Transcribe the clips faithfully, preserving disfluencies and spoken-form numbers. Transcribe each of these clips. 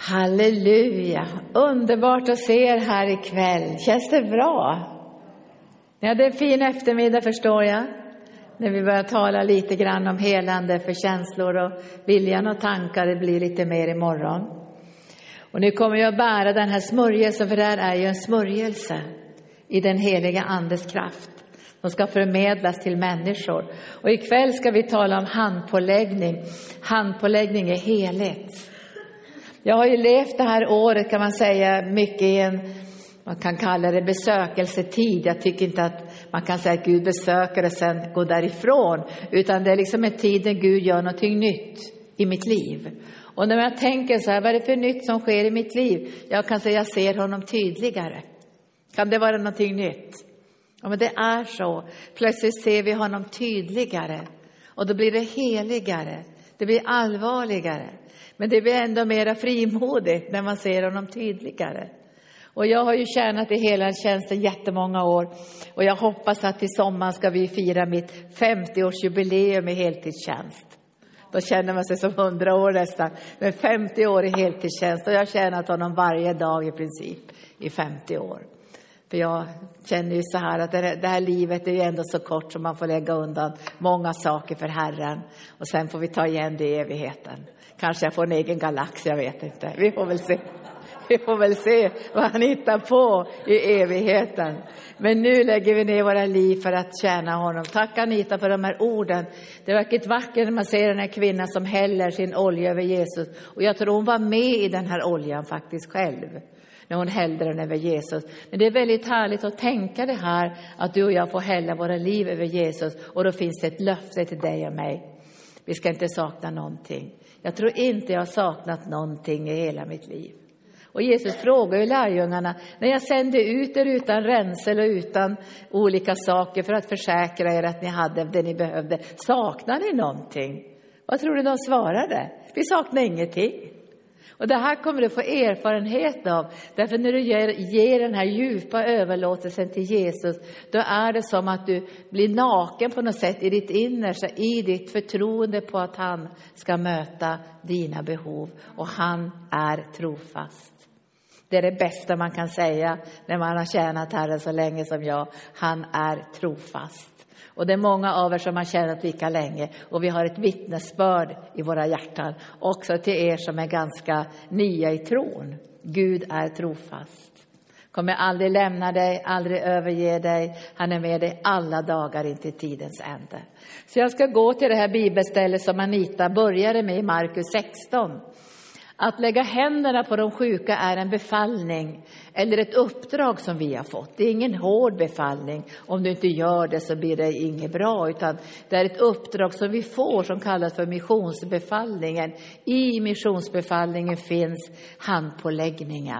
Halleluja, underbart att se er här ikväll. Känns det bra? Ja, det är en fin eftermiddag förstår jag. När vi börjar tala lite grann om helande för känslor och viljan och tankar. Det blir lite mer imorgon. Och nu kommer jag bära den här smörjelsen, för det här är ju en smörjelse i den heliga andes kraft. De ska förmedlas till människor. Och ikväll ska vi tala om handpåläggning. Handpåläggning är heligt. Jag har ju levt det här året kan man säga mycket i en, man kan kalla det besökelsetid. Jag tycker inte att man kan säga att Gud besöker och sen går därifrån. Utan det är liksom en tid när Gud gör någonting nytt i mitt liv. Och när jag tänker så här, vad är det för nytt som sker i mitt liv? Jag kan säga, jag ser honom tydligare. Kan det vara någonting nytt? Ja, men det är så. Plötsligt ser vi honom tydligare. Och då blir det heligare. Det blir allvarligare. Men det blir ändå mera frimodigt när man ser honom tydligare. Och jag har ju tjänat i hela tjänsten jättemånga år. Och jag hoppas att i sommar ska vi fira mitt femtio-årsjubileum i heltidstjänst. Då känner man sig som hundra år nästan. Men femtio år i heltidstjänst. Och jag har tjänat honom varje dag i princip i femtio år. För jag känner ju så här att det här livet är ju ändå så kort som man får lägga undan många saker för Herren. Och sen får vi ta igen det i evigheten. Kanske jag får en egen galax, jag vet inte. Vi får väl se. Vi får väl se vad han hittar på i evigheten. Men nu lägger vi ner våra liv för att tjäna honom. Tack Anita för de här orden. Det är verkligen vackert när man ser den här kvinnan som häller sin olja över Jesus. Och jag tror hon var med i den här oljan faktiskt själv. När hon hällde den över Jesus. Men det är väldigt härligt att tänka det här. Att du och jag får hälla våra liv över Jesus. Och då finns det ett löfte till dig och mig. Vi ska inte sakna någonting. Jag tror inte jag har saknat någonting i hela mitt liv. Och Jesus frågar ju lärjungarna. När jag sände ut er utan ränsel och utan olika saker. För att försäkra er att ni hade det ni behövde. Saknar ni någonting? Vad tror du de svarade? Vi saknar ingenting. Och det här kommer du få erfarenhet av. Därför när du ger, ger den här djupa överlåtelsen till Jesus. Då är det som att du blir naken på något sätt i ditt innersta. I ditt förtroende på att han ska möta dina behov. Och han är trofast. Det är det bästa man kan säga när man har tjänat Herren så länge som jag. Han är trofast. Och det är många av er som har tjänat lika länge. Och vi har ett vittnesbörd i våra hjärtan. Också till er som är ganska nya i tron. Gud är trofast. Kommer aldrig lämna dig, aldrig överge dig. Han är med dig alla dagar in till tidens ände. Så jag ska gå till det här bibelstället som Anita började med i Markus sexton. Att lägga händerna på de sjuka är en befallning eller ett uppdrag som vi har fått. Det är ingen hård befallning. Om du inte gör det så blir det inget bra. Utan det är ett uppdrag som vi får som kallas för missionsbefallningen. I missionsbefallningen finns handpåläggningen.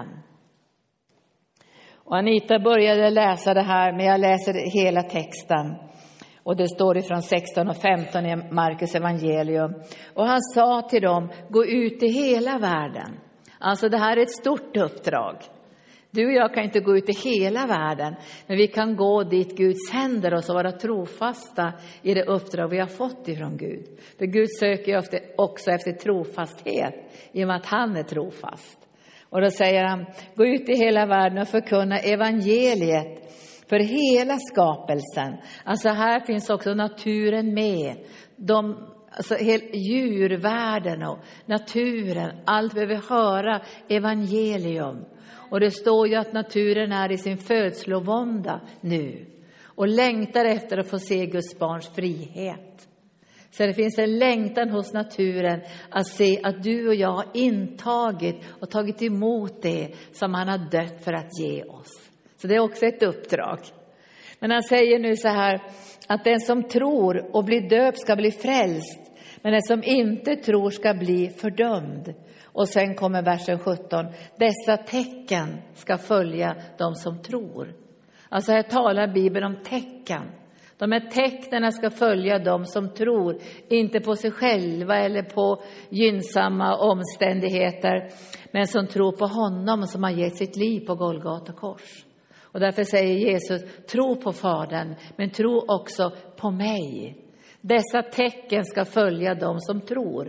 Och Anita började läsa det här, men jag läser hela texten. Och det står ifrån sexton och femton i Markus evangelium. Och han sa till dem, gå ut i hela världen. Alltså det här är ett stort uppdrag. Du och jag kan inte gå ut i hela världen. Men vi kan gå dit Gud sänder oss och vara trofasta i det uppdrag vi har fått ifrån Gud. För Gud söker också efter trofasthet i och med att han är trofast. Och då säger han, gå ut i hela världen och förkunna evangeliet. För hela skapelsen. Alltså här finns också naturen med. De, alltså djurvärlden och naturen. Allt behöver höra evangelium. Och det står ju att naturen är i sin födslovånda nu. Och längtar efter att få se Guds barns frihet. Så det finns en längtan hos naturen att se att du och jag har intagit och tagit emot det som han har dött för att ge oss. Så det är också ett uppdrag. Men han säger nu så här att den som tror och blir döpt ska bli frälst. Men den som inte tror ska bli fördömd. Och sen kommer versen sjutton. Dessa tecken ska följa de som tror. Alltså här talar Bibeln om tecken. De här tecknen ska följa de som tror. Inte på sig själva eller på gynnsamma omständigheter. Men som tror på honom som har gett sitt liv på Golgata kors. Och därför säger Jesus, tro på Fadern, men tro också på mig. Dessa tecken ska följa dem som tror.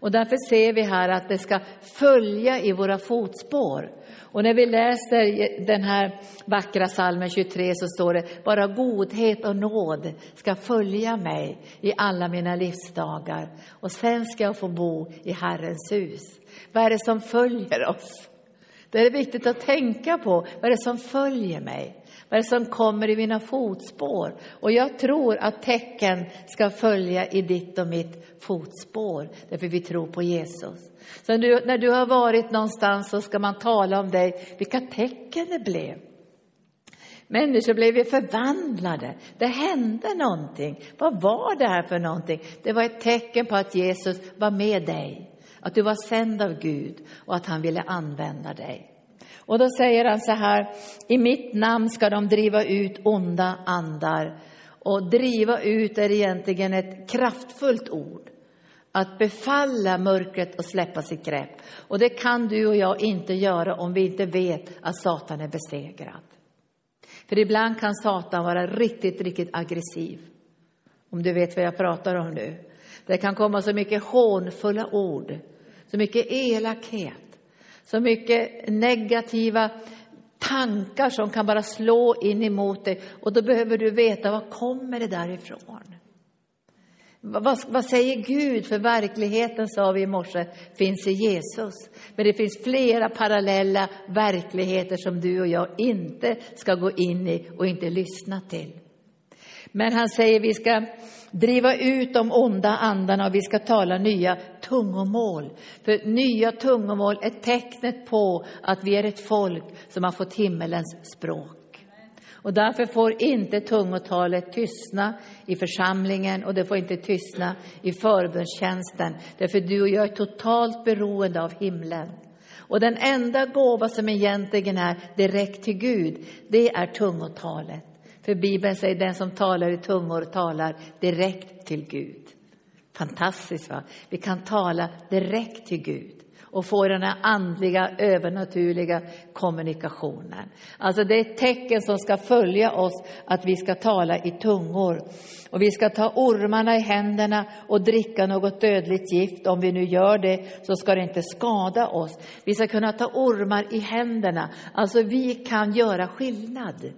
Och därför ser vi här att det ska följa i våra fotspår. Och när vi läser den här vackra psalmen tjugotre så står det: bara godhet och nåd ska följa mig i alla mina livsdagar. Och sen ska jag få bo i Herrens hus. Vad är det som följer oss? Det är viktigt att tänka på. Vad är det som följer mig? Vad är det som kommer i mina fotspår? Och jag tror att tecken ska följa i ditt och mitt fotspår. Därför vi tror på Jesus. Så nu, när du har varit någonstans så ska man tala om dig. Vilka tecken det blev. Människor blev ju förvandlade. Det hände någonting. Vad var det här för någonting? Det var ett tecken på att Jesus var med dig. Att du var sänd av Gud och att han ville använda dig. Och då säger han så här: i mitt namn ska de driva ut onda andar. Och driva ut är egentligen ett kraftfullt ord. Att befalla mörkret och släppa sitt grepp. Och det kan du och jag inte göra om vi inte vet att Satan är besegrad. För ibland kan Satan vara riktigt, riktigt aggressiv. Om du vet vad jag pratar om nu. Det kan komma så mycket hånfulla ord. Så mycket elakhet. Så mycket negativa tankar som kan bara slå in emot dig. Och då behöver du veta, var kommer det därifrån? Vad, vad säger Gud? För verkligheten, sa vi i morse, finns i Jesus. Men det finns flera parallella verkligheter som du och jag inte ska gå in i och inte lyssna till. Men han säger vi ska driva ut de onda andarna och vi ska tala nya tungomål. För nya tungomål är tecknet på att vi är ett folk som har fått himmelens språk. Och därför får inte tungotalet tystna i församlingen och det får inte tystna i förbönstjänsten. Därför du och jag är totalt beroende av himlen. Och den enda gåva som egentligen är direkt till Gud, det är tungotalet. För Bibeln säger den som talar i tungor talar direkt till Gud. Fantastiskt, va? Vi kan tala direkt till Gud. Och få den här andliga, övernaturliga kommunikationen. Alltså det är ett tecken som ska följa oss att vi ska tala i tungor. Och vi ska ta ormarna i händerna och dricka något dödligt gift. Om vi nu gör det så ska det inte skada oss. Vi ska kunna ta ormar i händerna. Alltså vi kan göra skillnad.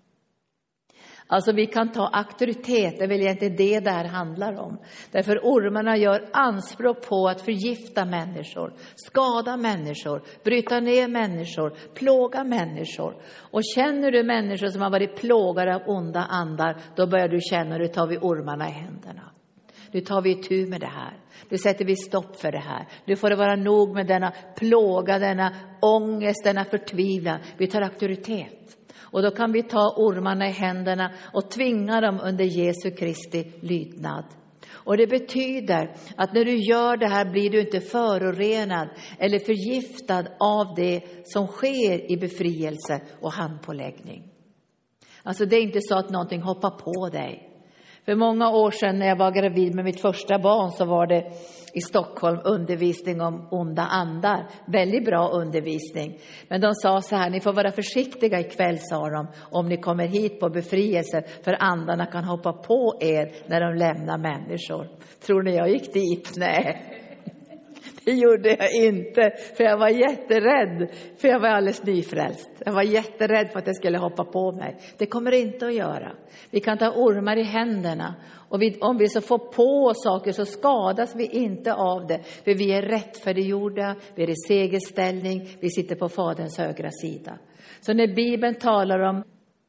Alltså vi kan ta auktoritet, det är väl egentligen det där handlar om. Därför ormarna gör anspråk på att förgifta människor, skada människor, bryta ner människor, plåga människor. Och känner du människor som har varit plågade av onda andar, då börjar du känna, nu tar vi ormarna i händerna. Nu tar vi itu med det här. Nu sätter vi stopp för det här. Nu får det vara nog med denna plåga, denna ångest, denna förtvivlan. Vi tar auktoritet. Och då kan vi ta ormarna i händerna och tvinga dem under Jesu Kristi lydnad. Och det betyder att när du gör det här blir du inte förorenad eller förgiftad av det som sker i befrielse och handpåläggning. Alltså det är inte så att någonting hoppar på dig. För många år sedan när jag var gravid med mitt första barn så var det i Stockholm undervisning om onda andar. Väldigt bra undervisning. Men de sa så här, ni får vara försiktiga ikväll, sa de, om ni kommer hit på befrielse. För andarna kan hoppa på er när de lämnar människor. Tror ni jag gick dit? Nej. Det gjorde jag inte, för jag var jätterädd, för jag var alldeles nyfrälst. Jag var jätterädd för att det skulle hoppa på mig. Det kommer det inte att göra. Vi kan ta ormar i händerna och vi, om vi så får på saker så skadas vi inte av det. För vi är rättfärdiggjorda, vi är i segerställning, vi sitter på Faderns högra sida. Så när Bibeln talar om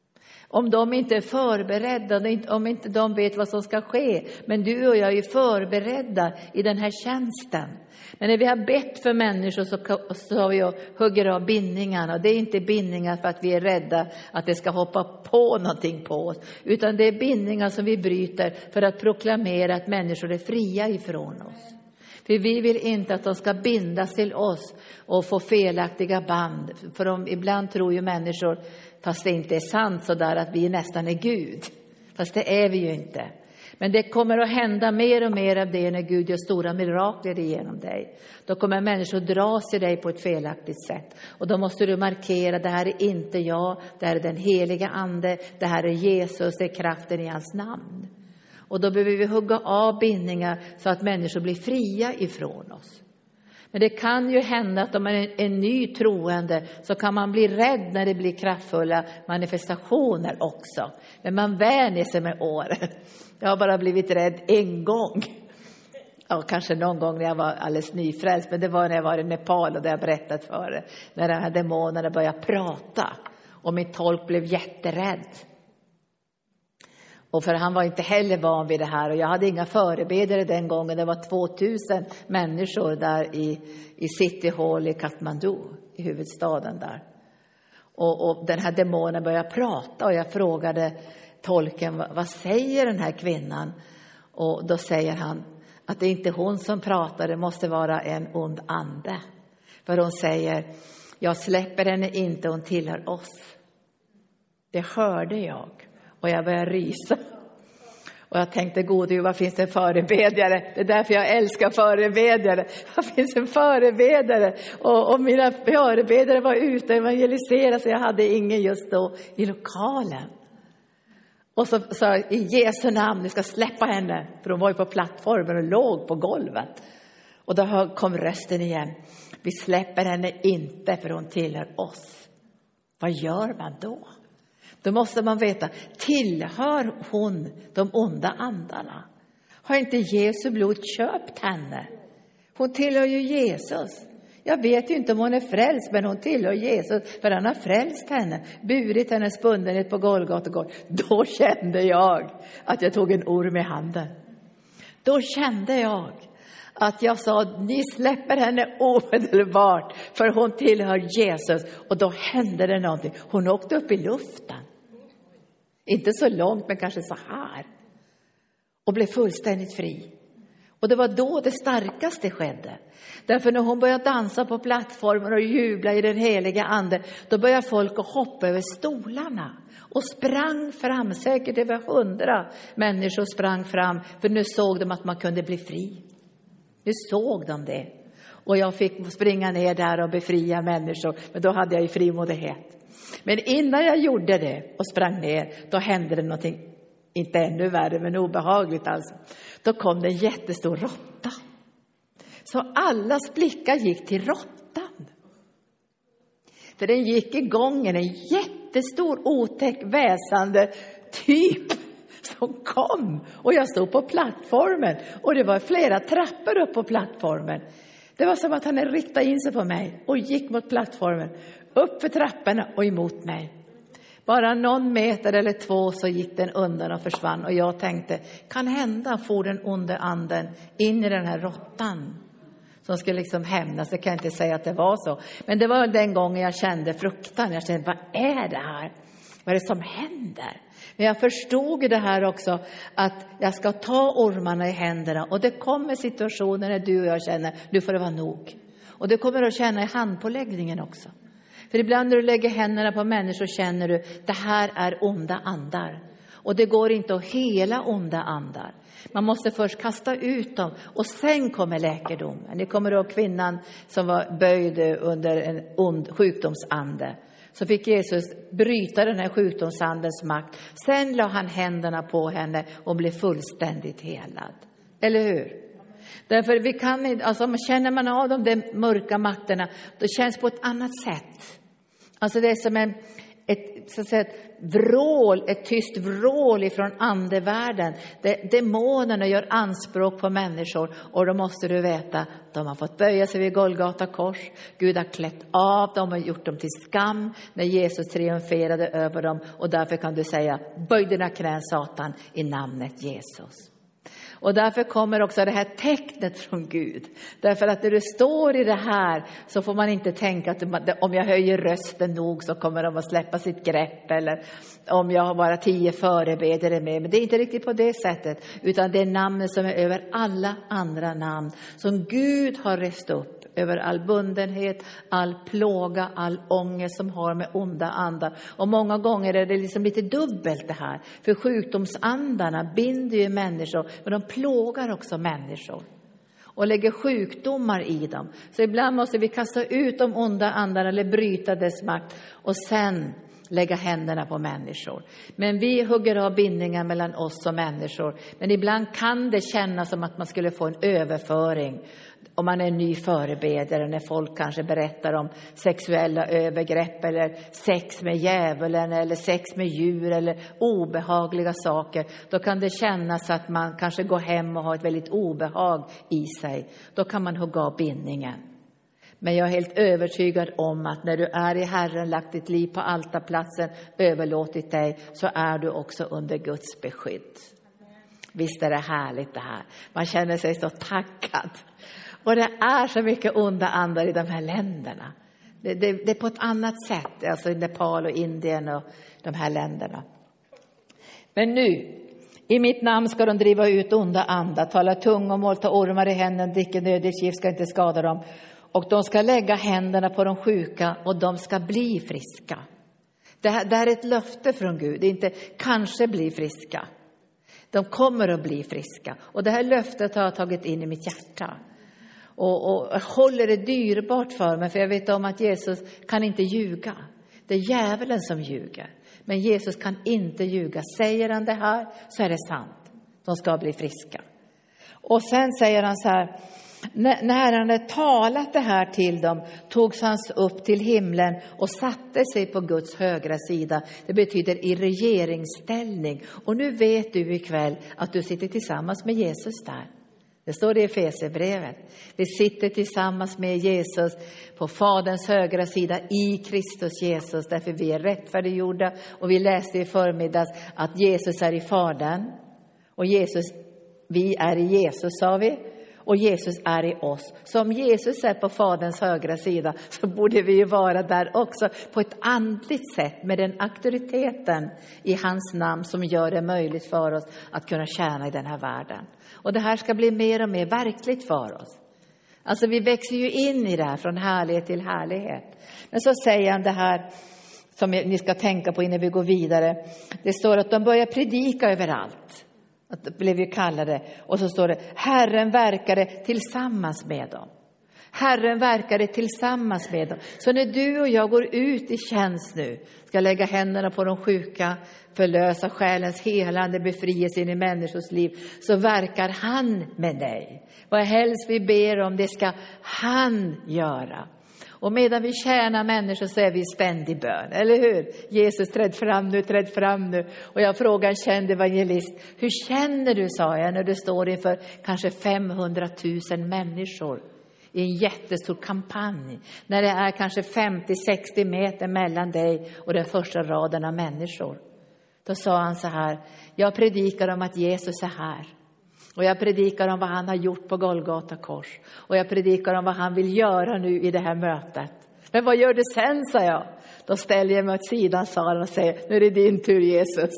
Om de inte är förberedda, om inte de vet vad som ska ske. Men du och jag är förberedda i den här tjänsten. Men när vi har bett för människor så, så har vi och hugger av bindningarna. Och det är inte bindningar för att vi är rädda att det ska hoppa på någonting på oss. Utan det är bindningar som vi bryter för att proklamera att människor är fria ifrån oss. För vi vill inte att de ska bindas till oss och få felaktiga band. För de, ibland tror ju människor, fast det inte är sant så där, att vi nästan är Gud. Fast det är vi ju inte. Men det kommer att hända mer och mer av det när Gud gör stora mirakler genom dig. Då kommer människor dras i dig på ett felaktigt sätt. Och då måste du markera, det här är inte jag, det här är den heliga ande, det här är Jesus, det är kraften i hans namn. Och då behöver vi hugga av bindningar så att människor blir fria ifrån oss. Men det kan ju hända att om man är en ny troende så kan man bli rädd när det blir kraftfulla manifestationer också. Men man vänjer sig med året. Jag har bara blivit rädd en gång. Ja, kanske någon gång när jag var alldeles nyfrälst. Men det var när jag var i Nepal och det har jag berättat för det. När de här demonerna började prata. Och min tolk blev jätterädd. Och för han var inte heller van vid det här. Och jag hade inga förebedjare den gången. Det var tvåtusen människor där i, i City Hall i Kathmandu. I huvudstaden där. Och, och den här demonen började prata. Och jag frågade tolken, vad, vad säger den här kvinnan? Och då säger han att det är inte hon som pratar. Det måste vara en ond ande. För hon säger, jag släpper henne inte, hon tillhör oss. Det hörde jag. Och jag började rysa. Och jag tänkte, gode, vad finns det en förebedjare? Det är därför jag älskar förebedjare. Vad finns en förebedjare? Och, och mina förebedjare var ute och evangeliserade, så jag hade ingen just då i lokalen. Och så sa i Jesu namn, ni ska släppa henne. För hon var ju på plattformen och låg på golvet. Och då kom rösten igen. Vi släpper henne inte, för hon tillhör oss. Vad gör man då? Då måste man veta, tillhör hon de onda andarna? Har inte Jesu blod köpt henne? Hon tillhör ju Jesus. Jag vet ju inte om hon är frälst, men hon tillhör Jesus. För han har frälst henne, burit hennes bundenhet på Golgata gård. Då kände jag att jag tog en orm i handen. Då kände jag att jag sa, ni släpper henne omedelbart, för hon tillhör Jesus. Och då hände det någonting. Hon åkte upp i luften. Inte så långt, men kanske så här. Och blev fullständigt fri. Och det var då det starkaste skedde. Därför när hon började dansa på plattformen och jubla i den heliga ande, då började folk att hoppa över stolarna. Och sprang fram, säkert över hundra människor sprang fram. För nu såg de att man kunde bli fri. Nu såg de det. Och jag fick springa ner där och befria människor. Men då hade jag ju frimodighet. Men innan jag gjorde det och sprang ner, då hände det någonting, inte ännu värre men obehagligt alltså. Då kom det en jättestor råtta. Så allas blickar gick till råttan. För den gick i gången, en jättestor otäck väsande typ som kom. Och jag stod på plattformen och det var flera trappor upp på plattformen. Det var som att han riktade in sig på mig och gick mot plattformen. Upp för trapporna och emot mig. Bara någon meter eller två så gick den undan och försvann. Och jag tänkte, kan hända får den onde anden in i den här råttan. Som skulle liksom hämnas. Jag kan inte säga att det var så. Men det var den gången jag kände fruktan. Jag kände, vad är det här? Vad är det som händer? Men jag förstod det här också, att jag ska ta ormarna i händerna. Och det kommer situationer när du och jag känner, nu får det vara nog. Och det kommer att känna i handpåläggningen också. För ibland när du lägger händerna på människor känner du, det här är onda andar. Och det går inte att hela onda andar. Man måste först kasta ut dem och sen kommer läkedomen. Ni kommer ihåg kvinnan som var böjd under en ond sjukdomsande. Så fick Jesus bryta den här sjukdomsandens makt. Sen la han händerna på henne och blev fullständigt helad. Eller hur? Därför vi kan inte, alltså känner man av de där mörka makterna, då känns det på ett annat sätt. Alltså det är som en, ett, så att säga, ett vrål, ett tyst vrål ifrån andevärlden. Det, demonerna gör anspråk på människor och då måste du veta, de har fått böja sig vid Golgata kors. Gud har klätt av dem och gjort dem till skam när Jesus triumferade över dem. Och därför kan du säga, böj dina knän Satan i namnet Jesus. Och därför kommer också det här tecknet från Gud. Därför att när du står i det här så får man inte tänka att om jag höjer rösten nog så kommer de att släppa sitt grepp. Eller om jag har bara tio förebedjare med. Men det är inte riktigt på det sättet. Utan det är namnet som är över alla andra namn. Som Gud har rest upp. Över all bundenhet, all plåga, all ångest som har med onda andar. Och många gånger är det liksom lite dubbelt det här. För sjukdomsandarna binder ju människor. Men de plågar också människor. Och lägger sjukdomar i dem. Så ibland måste vi kasta ut de onda andarna eller bryta dess makt. Och sen lägga händerna på människor. Men vi hugger av bindningar mellan oss och människor. Men ibland kan det kännas som att man skulle få en överföring. Om man är en ny förebedjare, när folk kanske berättar om sexuella övergrepp eller sex med djävulen eller sex med djur eller obehagliga saker. Då kan det kännas att man kanske går hem och har ett väldigt obehag i sig. Då kan man hugga av bindningen. Men jag är helt övertygad om att när du är i Herren, lagt ditt liv på altarplatsen, överlåtit dig, så är du också under Guds beskydd. Visst är det härligt det här. Man känner sig så tackad. Och det är så mycket onda andar i de här länderna. Det, det, det är på ett annat sätt, alltså i Nepal och Indien och de här länderna. Men nu, i mitt namn ska de driva ut onda andar, tala tungomål, ta ormar i händerna, dricka dödligt gift, ska inte skada dem. Och de ska lägga händerna på de sjuka och de ska bli friska. Det här, det här är ett löfte från Gud, det är inte kanske bli friska. De kommer att bli friska. Och det här löftet har jag tagit in i mitt hjärta. Och, och jag håller det dyrbart för mig, för jag vet om att Jesus kan inte ljuga. Det är djävulen som ljuger. Men Jesus kan inte ljuga. Säger han det här så är det sant. De ska bli friska. Och sen säger han så här: när han hade talat det här till dem togs han upp till himlen och satte sig på Guds högra sida. Det betyder i regeringsställning. Och nu vet du ikväll att du sitter tillsammans med Jesus där. Det står det i Efesierbrevet. Vi sitter tillsammans med Jesus på Faderns högra sida i Kristus Jesus. Därför vi är rättfärdiggjorda. Och vi läste i förmiddags att Jesus är i Fadern. Och Jesus, vi är i Jesus, sa vi. Och Jesus är i oss. Så om Jesus är på Faderns högra sida så borde vi ju vara där också på ett andligt sätt. Med den auktoriteten i hans namn som gör det möjligt för oss att kunna tjäna i den här världen. Och det här ska bli mer och mer verkligt för oss. Alltså vi växer ju in i det här från härlighet till härlighet. Men så säger han det här som ni ska tänka på innan vi går vidare. Det står att de börjar predika överallt. Att det blev ju kallade. Och så står det: Herren verkade tillsammans med dem. Herren verkade tillsammans med dem. Så när du och jag går ut i tjänst nu, ska lägga händerna på de sjuka, förlösa själens helande, befrielse in i människors liv, så verkar han med dig. Vad helst vi ber om, det ska han göra. Och medan vi tjänar människor så är vi i ständig bön, eller hur? Jesus, träd fram nu, träd fram nu. Och jag frågar en känd evangelist: hur känner du, sa jag, när du står inför kanske femhundratusen människor i en jättestor kampanj, när det är kanske femtio sextio meter mellan dig och den första raden av människor. Då sa han så här: jag predikar om att Jesus är här. Och jag predikar om vad han har gjort på Golgata kors. Och jag predikar om vad han vill göra nu i det här mötet. Men vad gör du sen, sa jag. Då ställer jag mig åt sidan, sa han, och säger: nu är det din tur, Jesus.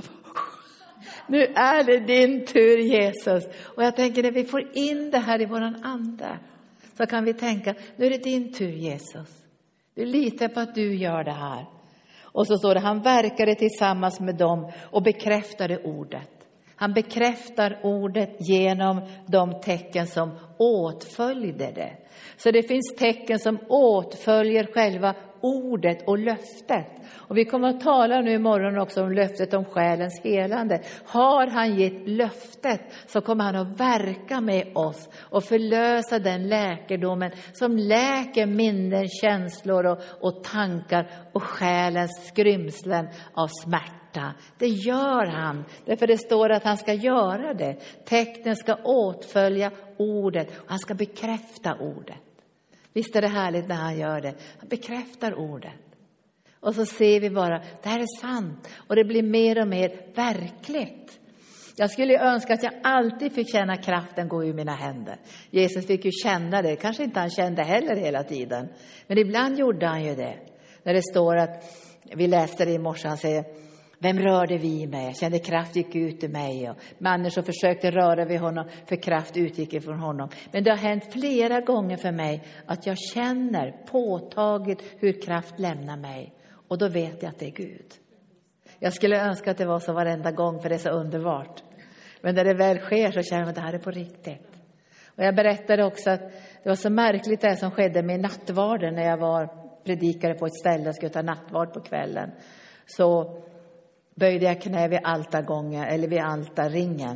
Nu är det din tur, Jesus. Och jag tänker, när vi får in det här i våran ande, så kan vi tänka: nu är det din tur, Jesus. Vi litar på att du gör det här. Och så står det: han verkade tillsammans med dem och bekräftade ordet. Han bekräftar ordet genom de tecken som åtföljde det. Så det finns tecken som åtföljer själva ordet och löftet. Och vi kommer att tala nu imorgon också om löftet om själens helande. Har han gett löftet så kommer han att verka med oss och förlösa den läkedomen som läker minnen, känslor och, och tankar och själens skrymslen av smärta. Det gör han, därför det står att han ska göra det. Tecknen ska åtfölja ordet och han ska bekräfta ordet. Visst är det härligt när han gör det. Han bekräftar ordet. Och så ser vi bara, det här är sant. Och det blir mer och mer verkligt. Jag skulle önska att jag alltid fick känna kraften gå ur mina händer. Jesus fick ju känna det. Kanske inte han kände heller hela tiden. Men ibland gjorde han ju det. När det står att, vi läste det i morse, han säger: vem rörde vid mig? Jag kände kraft gick ut ur mig. Och människor försökte röra vid honom, för kraft utgick ifrån honom. Men det har hänt flera gånger för mig att jag känner påtagligt hur kraft lämnar mig. Och då vet jag att det är Gud. Jag skulle önska att det var så varenda gång, för det är så underbart. Men när det väl sker så känner jag att det här är på riktigt. Och jag berättade också att det var så märkligt det som skedde med nattvarden när jag var predikare på ett ställe och skulle ta nattvard på kvällen. så böjde jag knä vid altargången eller vid altarringen.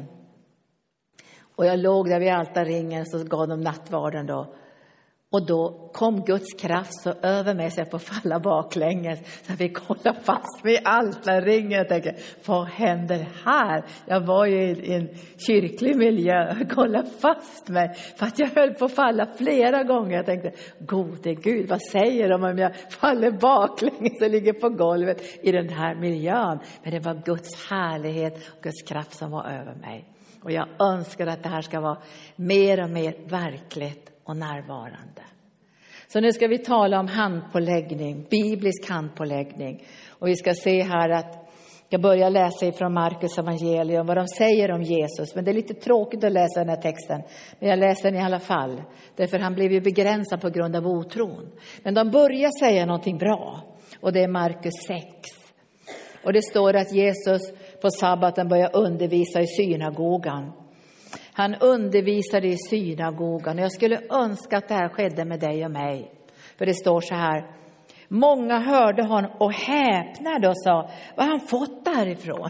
Och jag låg där vid altarringen, så gav de nattvarden då. Och då kom Guds kraft så över mig så jag får falla baklänges. Så jag fick hålla fast mig i altarringen och tänka, vad händer här? Jag var ju i en kyrklig miljö och hålla fast mig. För att jag höll på att falla flera gånger. Jag tänkte, gode Gud, vad säger de om jag faller baklänges och ligger på golvet i den här miljön? Men det var Guds härlighet och Guds kraft som var över mig. Och jag önskar att det här ska vara mer och mer verkligt och närvarande. Så nu ska vi tala om handpåläggning, biblisk handpåläggning. Och vi ska se här att jag börjar läsa ifrån Markus evangelium vad de säger om Jesus. Men det är lite tråkigt att läsa den här texten. Men jag läser den i alla fall. Därför han blev ju begränsad på grund av otron. Men de börjar säga någonting bra. Och det är Markus sex. Och det står att Jesus på sabbaten började undervisa i synagogan. Han undervisade i synagogan. Jag skulle önska att det här skedde med dig och mig. För det står så här. Många hörde honom och häpnade och sa, vad har han fått därifrån?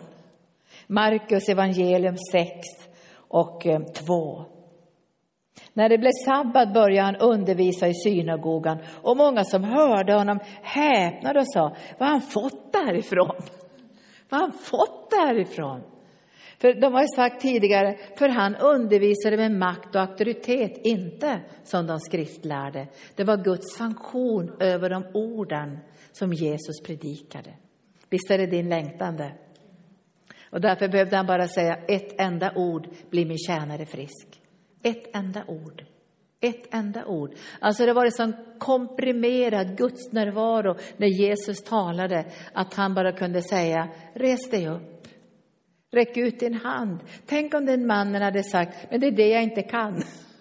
Markus evangelium sex och två. När det blev sabbat började han undervisa i synagogan. Och många som hörde honom häpnade och sa, vad har han fått därifrån? Vad har han fått därifrån? För de har ju sagt tidigare, för han undervisade med makt och auktoritet, inte som de skriftlärde. Det var Guds sanktion över de orden som Jesus predikade. Visst är det din längtande? Och därför behövde han bara säga ett enda ord, bli min tjänare frisk. Ett enda ord. Ett enda ord. Alltså det var en sån komprimerad Guds närvaro när Jesus talade att han bara kunde säga, res dig upp. Räck ut din hand. Tänk om den mannen hade sagt, men det är det jag inte kan.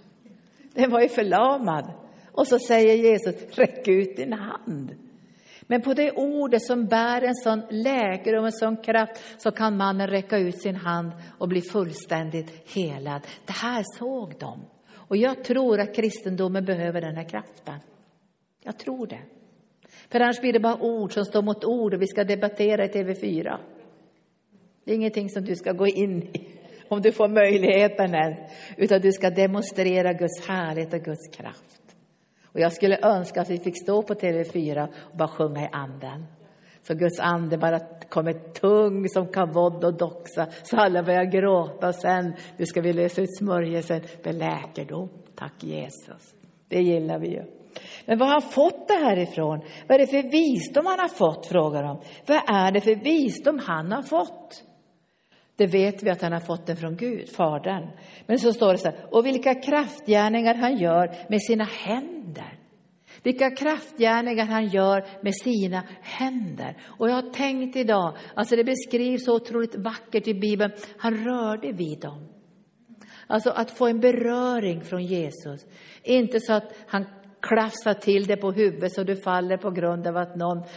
Den var ju förlamad. Och så säger Jesus, räck ut din hand. Men på det ordet som bär en sån läkedom och en sån kraft så kan mannen räcka ut sin hand och bli fullständigt helad. Det här såg de. Och jag tror att kristendomen behöver den här kraften. Jag tror det. För annars blir det bara ord som står mot ord och vi ska debattera i T V fyra. Det är ingenting som du ska gå in i om du får möjligheten än. Utan du ska demonstrera Guds härlighet och Guds kraft. Och jag skulle önska att vi fick stå på T V fyra och bara sjunga i anden. Så Guds ande bara kommer tung som kavod och doxa. Så alla börjar gråta och sen nu ska vi lösa ut smörjelsen med läkedom. Tack Jesus. Det gillar vi ju. Men vad har han fått det här ifrån? Vad är det för visdom han har fått, frågar de. Vad är det för visdom han har fått? Det vet vi att han har fått den från Gud, Fadern. Men så står det så här, och vilka kraftgärningar han gör med sina händer. Vilka kraftgärningar han gör med sina händer. Och jag har tänkt idag, alltså det beskrivs så otroligt vackert i Bibeln. Han rörde vid dem. Alltså att få en beröring från Jesus. Inte så att han klafsar till det på huvudet så du faller på grund av att någon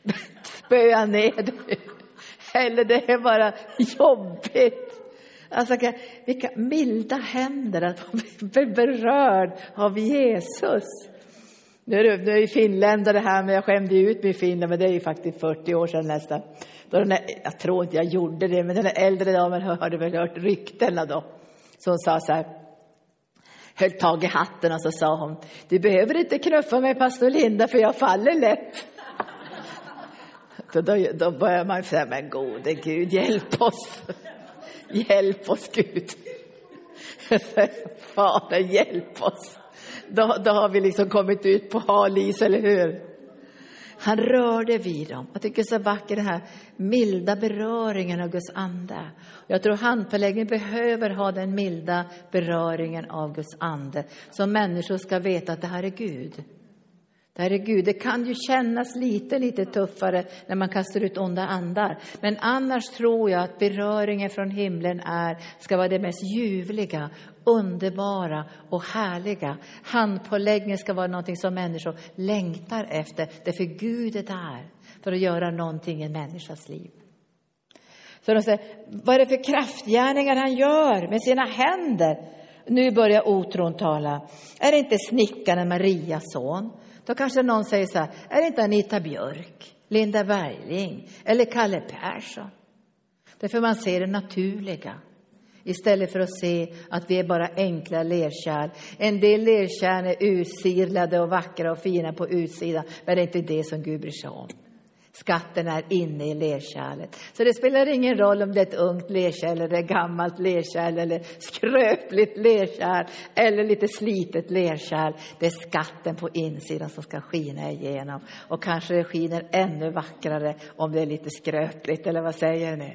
spöar ner dig. Eller det är bara jobbigt. Alltså vilka milda händer att bli berörd av Jesus. Nu är det, nu är det finländare här, men jag skämde ut mig i Finland, men det är ju faktiskt fyrtio år sedan nästan. Då den där, jag tror inte jag gjorde det, men den där äldre damen hörde väl hört ryktena då. Så hon sa så här, höll tag i hatten och så sa hon, du behöver inte knuffa mig pastor Linda för jag faller lätt. Då, då, då börjar man säga, men gode Gud, hjälp oss. Hjälp oss Gud. Fader, hjälp oss. Då, då har vi liksom kommit ut på halis, eller hur? Han rörde vid dem. Jag tycker så vackert det här milda beröringen av Guds ande. Jag tror handpåläggning behöver ha den milda beröringen av Guds ande. Så människor ska veta att det här är Gud. Det här är Gud. Det kan ju kännas lite, lite tuffare när man kastar ut onda andar. Men annars tror jag att beröringen från himlen är, ska vara det mest ljuvliga, underbara och härliga. Handpåläggning ska vara någonting som människor längtar efter. Därför Gud är där för att göra någonting i en människas liv. Så de säger, vad är det för kraftgärningar han gör med sina händer? Nu börjar otron tala. Är det inte snickaren Marias son? Då kanske någon säger så här, är det inte Anita Björk? Linda Bergling eller Kalle Persson. Därför man ser det naturliga. Istället för att se att vi är bara enkla lerkärl. En del lerkärl är utsirlade och vackra och fina på utsidan. Men det är inte det som Gud bryr sig om. Skatten är inne i lerkärlet. Så det spelar ingen roll om det är ett ungt lerkärl eller ett gammalt lerkärl eller skröpligt lerkärl eller lite slitet lerkärl. Det är skatten på insidan som ska skina igenom. Och kanske det skiner ännu vackrare om det är lite skröpligt, eller vad säger ni?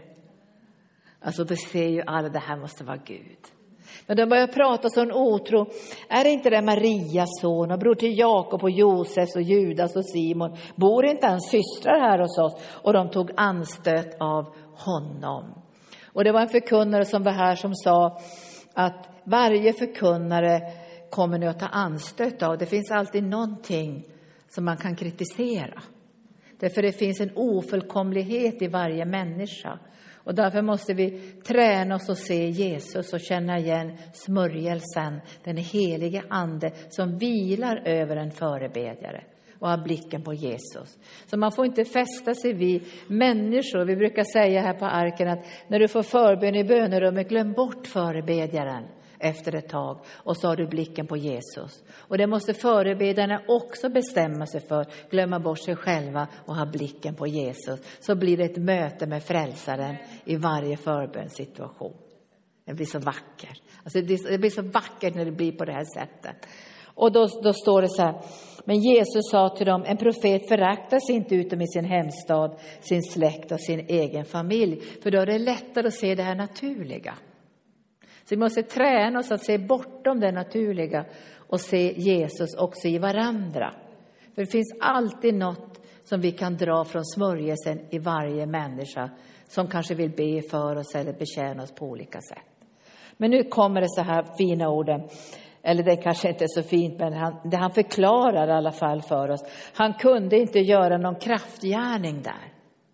Alltså då ser ju alla, det här måste vara Gud. Men de börjar prata sån otro. Är det inte det Marias son och bror till Jakob och Josef och Judas och Simon? Bor inte hans systrar här hos oss? Och de tog anstöt av honom. Och det var en förkunnare som var här som sa att varje förkunnare kommer nu att ta anstöt av. Det finns alltid någonting som man kan kritisera. Därför det finns en ofullkomlighet i varje människa. Och därför måste vi träna oss och se Jesus och känna igen smörjelsen, den helige ande som vilar över en förebedjare och har blicken på Jesus. Så man får inte fästa sig vid människor. Vi brukar säga här på arken att när du får förbön i bönerummet, glöm bort förebedjaren efter ett tag och så har du blicken på Jesus. Och det måste förebedjarna också bestämma sig för, glömma bort sig själva och ha blicken på Jesus. Så blir det ett möte med frälsaren i varje förbönssituation. Det blir så vackert. Alltså det blir så vackert när det blir på det här sättet. Och då, då står det så här: men Jesus sa till dem, en profet föraktas inte utom i sin hemstad, sin släkt och sin egen familj. För då är det lättare att se det här naturliga. Så vi måste träna oss att se bortom det naturliga och se Jesus också i varandra. För det finns alltid något som vi kan dra från smörjelsen i varje människa som kanske vill be för oss eller betjäna oss på olika sätt. Men nu kommer det så här fina orden. Eller det kanske inte är så fint, men han, det han förklarar i alla fall för oss. Han kunde inte göra någon kraftgärning där.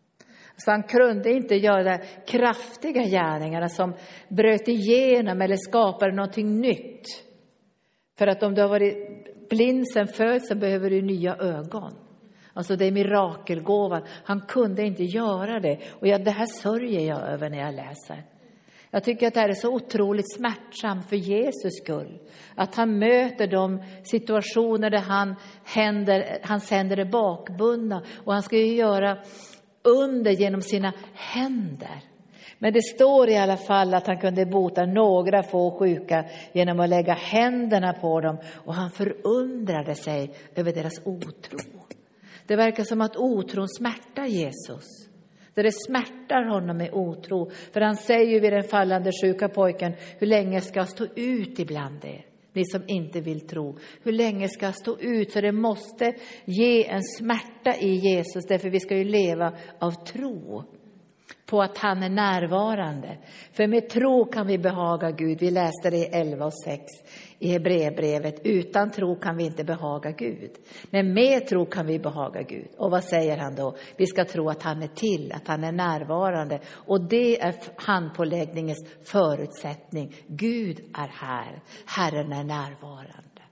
Så han kunde inte göra kraftiga gärningarna som bröt igenom eller skapade någonting nytt. För att om du har varit blind sen föds så behöver du nya ögon. Alltså det är mirakelgåvan. Han kunde inte göra det. Och ja, det här sörjer jag över när jag läser. Jag tycker att det här är så otroligt smärtsamt för Jesus skull. Att han möter de situationer där han händer, hans händer är bakbundna. Och han ska ju göra under genom sina händer. Men det står i alla fall att han kunde bota några få sjuka genom att lägga händerna på dem. Och han förundrade sig över deras otro. Det verkar som att otron smärtar Jesus. Så det smärtar honom med otro. För han säger ju vid den fallande sjuka pojken, hur länge ska jag stå ut ibland er? Ni som inte vill tro. Hur länge ska jag stå ut? Så det måste ge en smärta i Jesus. Därför vi ska ju leva av tro. På att han är närvarande. För med tro kan vi behaga Gud. Vi läste det i elva och sex i Hebreerbrevet. Utan tro kan vi inte behaga Gud. Men med tro kan vi behaga Gud. Och vad säger han då? Vi ska tro att han är till, att han är närvarande. Och det är handpåläggningens förutsättning. Gud är här. Herren är närvarande.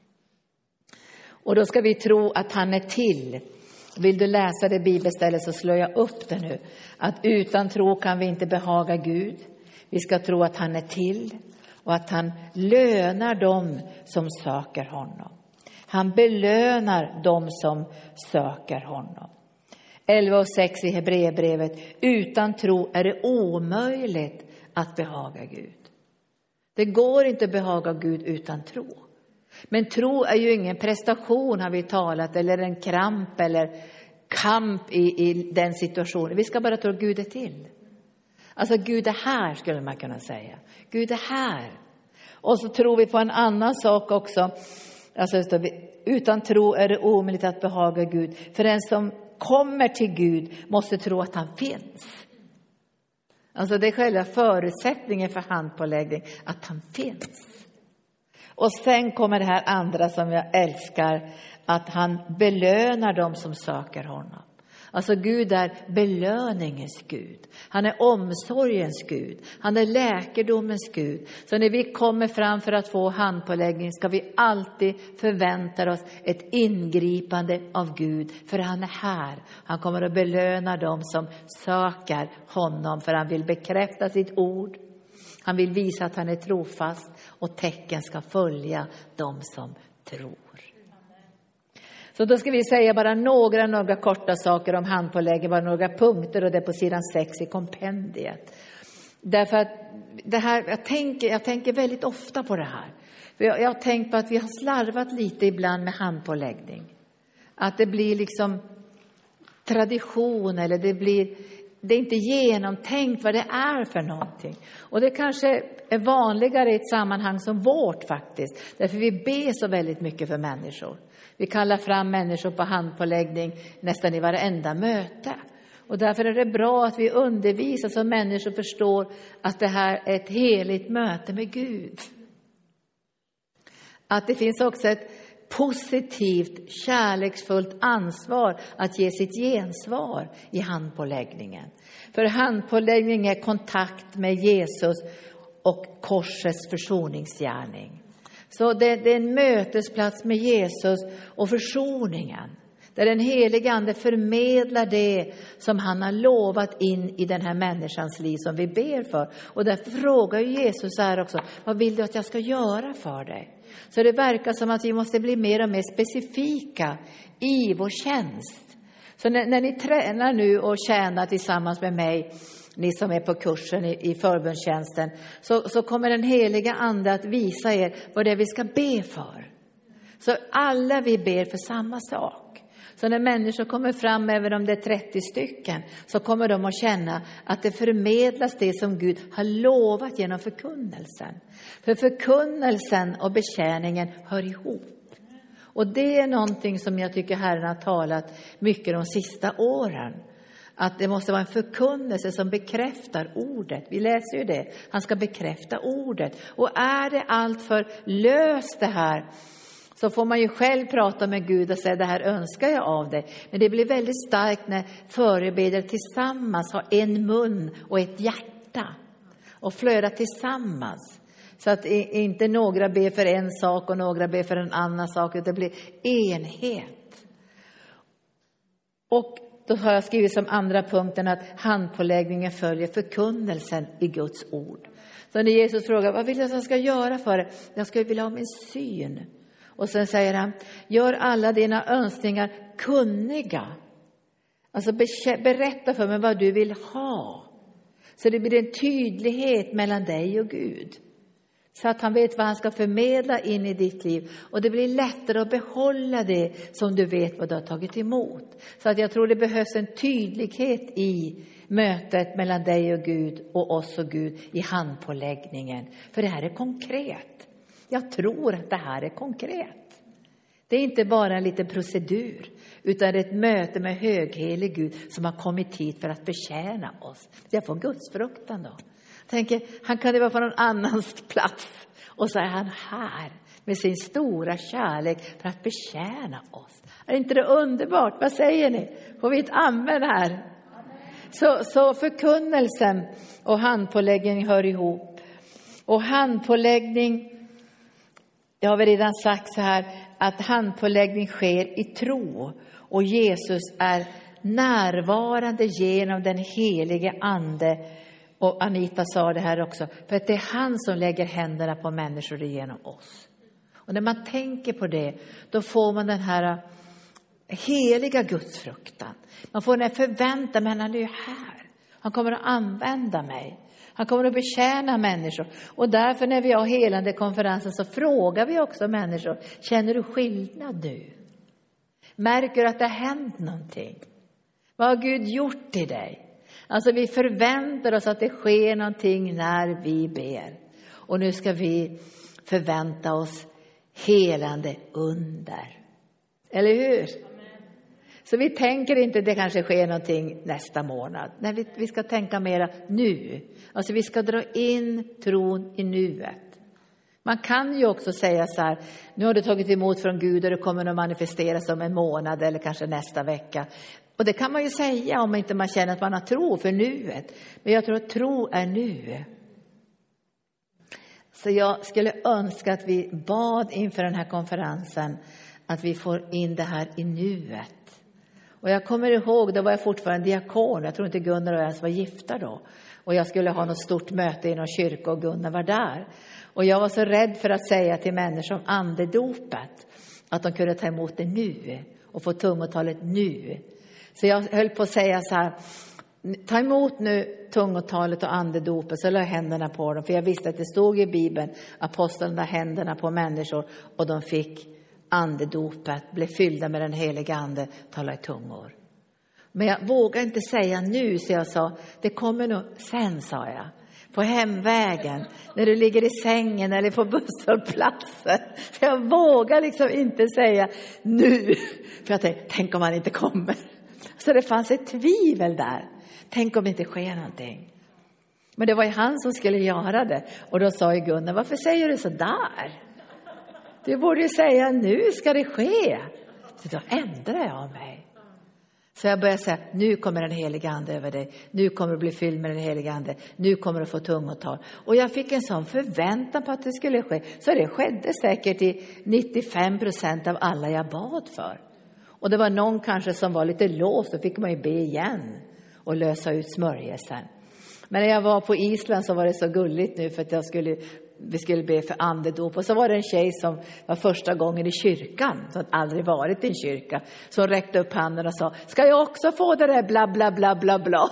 Och då ska vi tro att han är till. Vill du läsa det bibelstället så slår jag upp det nu. Att utan tro kan vi inte behaga Gud. Vi ska tro att han är till. Och att han lönar dem som söker honom. Han belönar dem som söker honom. elva och sex i Hebreerbrevet. Utan tro är det omöjligt att behaga Gud. Det går inte att behaga Gud utan tro. Men tro är ju ingen prestation har vi talat. Eller en kramp eller kamp i, i den situationen. Vi ska bara tro att Gud är till. Alltså Gud är här skulle man kunna säga. Gud är här. Och så tror vi på en annan sak också. Alltså utan tro är det omöjligt att behaga Gud. För den som kommer till Gud måste tro att han finns. Alltså det är själva förutsättningen för handpåläggning. Att han finns. Och sen kommer det här andra som jag älskar. Att han belönar dem som söker honom. Alltså Gud är belöningens Gud. Han är omsorgens Gud. Han är läkedomens Gud. Så när vi kommer fram för att få handpåläggning ska vi alltid förvänta oss ett ingripande av Gud. För han är här. Han kommer att belöna dem som söker honom. För han vill bekräfta sitt ord. Han vill visa att han är trofast. Och tecken ska följa dem som tror. Så då ska vi säga bara några, några korta saker om handpåläggning, bara några punkter, och det är på sidan sex i kompendiet. Därför att det här, jag tänker, jag tänker väldigt ofta på det här. För jag, jag har tänkt på att vi har slarvat lite ibland med handpåläggning. Att det blir liksom tradition, eller det blir, det är inte genomtänkt vad det är för någonting. Och det kanske är vanligare i ett sammanhang som vårt faktiskt. Därför vi ber så väldigt mycket för människor. Vi kallar fram människor på handpåläggning nästan i varenda möte. Och därför är det bra att vi undervisar så människor förstår att det här är ett heligt möte med Gud. Att det finns också ett positivt, kärleksfullt ansvar att ge sitt gensvar i handpåläggningen. För handpåläggning är kontakt med Jesus och korsets försoningsgärning. Så det, det är en mötesplats med Jesus och försoningen. Där den helige ande förmedlar det som han har lovat in i den här människans liv som vi ber för. Och därför frågar ju Jesus här också, vad vill du att jag ska göra för dig? Så det verkar som att vi måste bli mer och mer specifika i vår tjänst. Så när, när ni tränar nu och tjänar tillsammans med mig, ni som är på kursen i, i förbundstjänsten, så, så kommer den heliga ande att visa er vad det är vi ska be för. Så alla vi ber för samma sak. Så när människor kommer fram, även om det är trettio stycken, så kommer de att känna att det förmedlas det som Gud har lovat genom förkunnelsen. För förkunnelsen och betjäningen hör ihop. Och det är någonting som jag tycker Herren har talat mycket de sista åren. Att det måste vara en förkunnelse som bekräftar ordet. Vi läser ju det. Han ska bekräfta ordet. Och är det allt för löst det här, så får man ju själv prata med Gud och säga, det här önskar jag av dig. Men det blir väldigt starkt när förebedjare tillsammans har en mun och ett hjärta. Och flödar tillsammans. Så att inte några ber för en sak och några ber för en annan sak. Utan det blir enhet. Och då har jag skrivit som andra punkten att handpåläggningen följer förkunnelsen i Guds ord. Så när Jesus frågar, vad vill jag att jag ska göra för det? Jag skulle vilja ha min syn. Och sen säger han, gör alla dina önskningar kunniga. Alltså berätta för mig vad du vill ha. Så det blir en tydlighet mellan dig och Gud. Så att han vet vad han ska förmedla in i ditt liv. Och det blir lättare att behålla det som du vet vad du har tagit emot. Så att jag tror det behövs en tydlighet i mötet mellan dig och Gud och oss och Gud i handpåläggningen. För det här är konkret. Jag tror att det här är konkret. Det är inte bara en liten procedur, utan det är ett möte med höghelig Gud som har kommit hit för att betjäna oss. Jag får Guds fruktan då. Jag tänker, han kan ju vara på någon annans plats. Och så är han här med sin stora kärlek för att betjäna oss. Är inte det underbart? Vad säger ni? Får vi ett amen här? Så, så förkunnelsen och handpåläggning hör ihop. Och handpåläggning, jag har väl redan sagt så här, att handpåläggning sker i tro. Och Jesus är närvarande genom den helige ande. Och Anita sa det här också. För att det är han som lägger händerna på människor genom oss. Och när man tänker på det, då får man den här heliga gudsfruktan. Man får den här förväntan, men han är ju här. Han kommer att använda mig. Han kommer att betjäna människor. Och därför när vi har helande konferensen så frågar vi också människor. Känner du skillnad nu? Märker du att det har hänt någonting? Vad har Gud gjort i dig? Alltså vi förväntar oss att det sker någonting när vi ber. Och nu ska vi förvänta oss helande under. Eller hur? Så vi tänker inte att det kanske sker någonting nästa månad. Nej, vi, vi ska tänka mera nu. Alltså vi ska dra in tron i nuet. Man kan ju också säga så här, nu har du tagit emot från Gud och det kommer att manifesteras om en månad eller kanske nästa vecka. Och det kan man ju säga om inte man känner att man har tro för nuet. Men jag tror att tro är nu. Så jag skulle önska att vi bad inför den här konferensen att vi får in det här i nuet. Och jag kommer ihåg, då var jag fortfarande diakon. Jag tror inte Gunnar och jag ens var gifta då. Och jag skulle ha något stort möte i någon kyrka och Gunnar var där. Och jag var så rädd för att säga till människor om andedopet att de kunde ta emot det nu och få tungotalet nu. Så jag höll på att säga så här, ta emot nu tungotalet och andedopet, så la jag händerna på dem. För jag visste att det stod i Bibeln, apostlarna händerna på människor och de fick andedopet, blev fyllda med den heliga ande, tala i tungor. Men jag vågade inte säga nu, så jag sa, det kommer nog sen, sa jag. På hemvägen, när du ligger i sängen eller på busshållplatsen. Jag vågar liksom inte säga nu. För jag tänkte, tänk om han inte kommer. Så det fanns ett tvivel där. Tänk om det inte sker någonting. Men det var ju han som skulle göra det. Och då sa ju Gunnar, varför säger du så där? Du borde ju säga, nu ska det ske. Så då ändrade jag mig. Så jag började säga, nu kommer den heliga ande över dig. Nu kommer du bli fylld med den heliga ande. Nu kommer du få tungotal. Och jag fick en sån förväntan på att det skulle ske. Så det skedde säkert i nittiofem procent av alla jag bad för. Och det var någon kanske som var lite låst. Då fick man ju be igen och lösa ut smörjelsen. Men när jag var på Island så var det så gulligt nu för att jag skulle... Vi skulle be för andedop. Och så var det en tjej som var första gången i kyrkan. Som aldrig varit i en kyrka. Som räckte upp handen och sa, ska jag också få det där bla bla bla bla bla.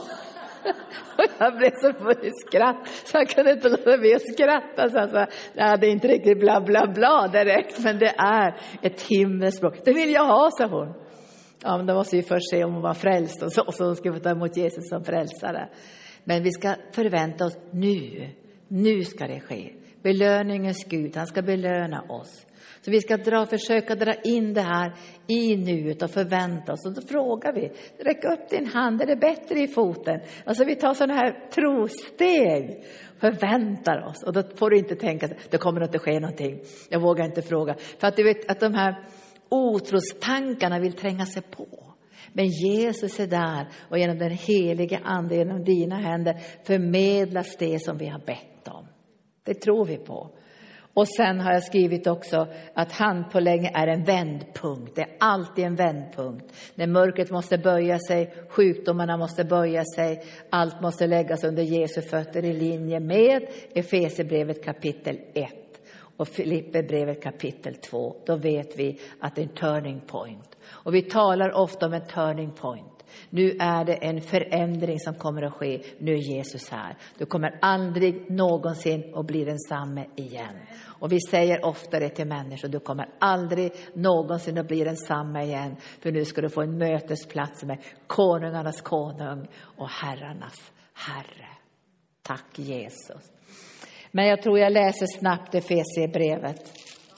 Och jag blev så full i skratt. Så jag kunde inte låta bli att skratta. Så jag sa, nej, det är inte riktigt bla bla bla direkt. Men det är ett himmelspråk. Det vill jag ha, sa hon. Ja, men då måste vi först se om hon var frälst. Och så, och så ska vi ta emot Jesus som frälsare. Men vi ska förvänta oss nu. Nu ska det ske. Belöningens Gud, han ska belöna oss. Så vi ska dra, försöka dra in det här i nuet och förvänta oss. Och då frågar vi, räck upp din hand, är det bättre i foten? Alltså vi tar sådana här trosteg, förväntar oss. Och då får du inte tänka, det kommer inte ske någonting. Jag vågar inte fråga. För att du vet att de här otrostankarna vill tränga sig på. Men Jesus är där och genom den heliga ande, genom dina händer förmedlas det som vi har bett om. Det tror vi på. Och sen har jag skrivit också att handpåläggning är en vändpunkt. Det är alltid en vändpunkt. När mörkret måste böja sig, sjukdomarna måste böja sig. Allt måste läggas under Jesu fötter i linje med Efesierbrevet kapitel ett. Och Filipperbrevet kapitel två. Då vet vi att det är en turning point. Och vi talar ofta om en turning point. Nu är det en förändring som kommer att ske. Nu är Jesus här. Du kommer aldrig någonsin att bli densamme igen. Och vi säger ofta det till människor. Du kommer aldrig någonsin att bli densamme igen. För nu ska du få en mötesplats med konungarnas konung och herrarnas herre. Tack Jesus. Men jag tror jag läser snabbt Efesierbrevet.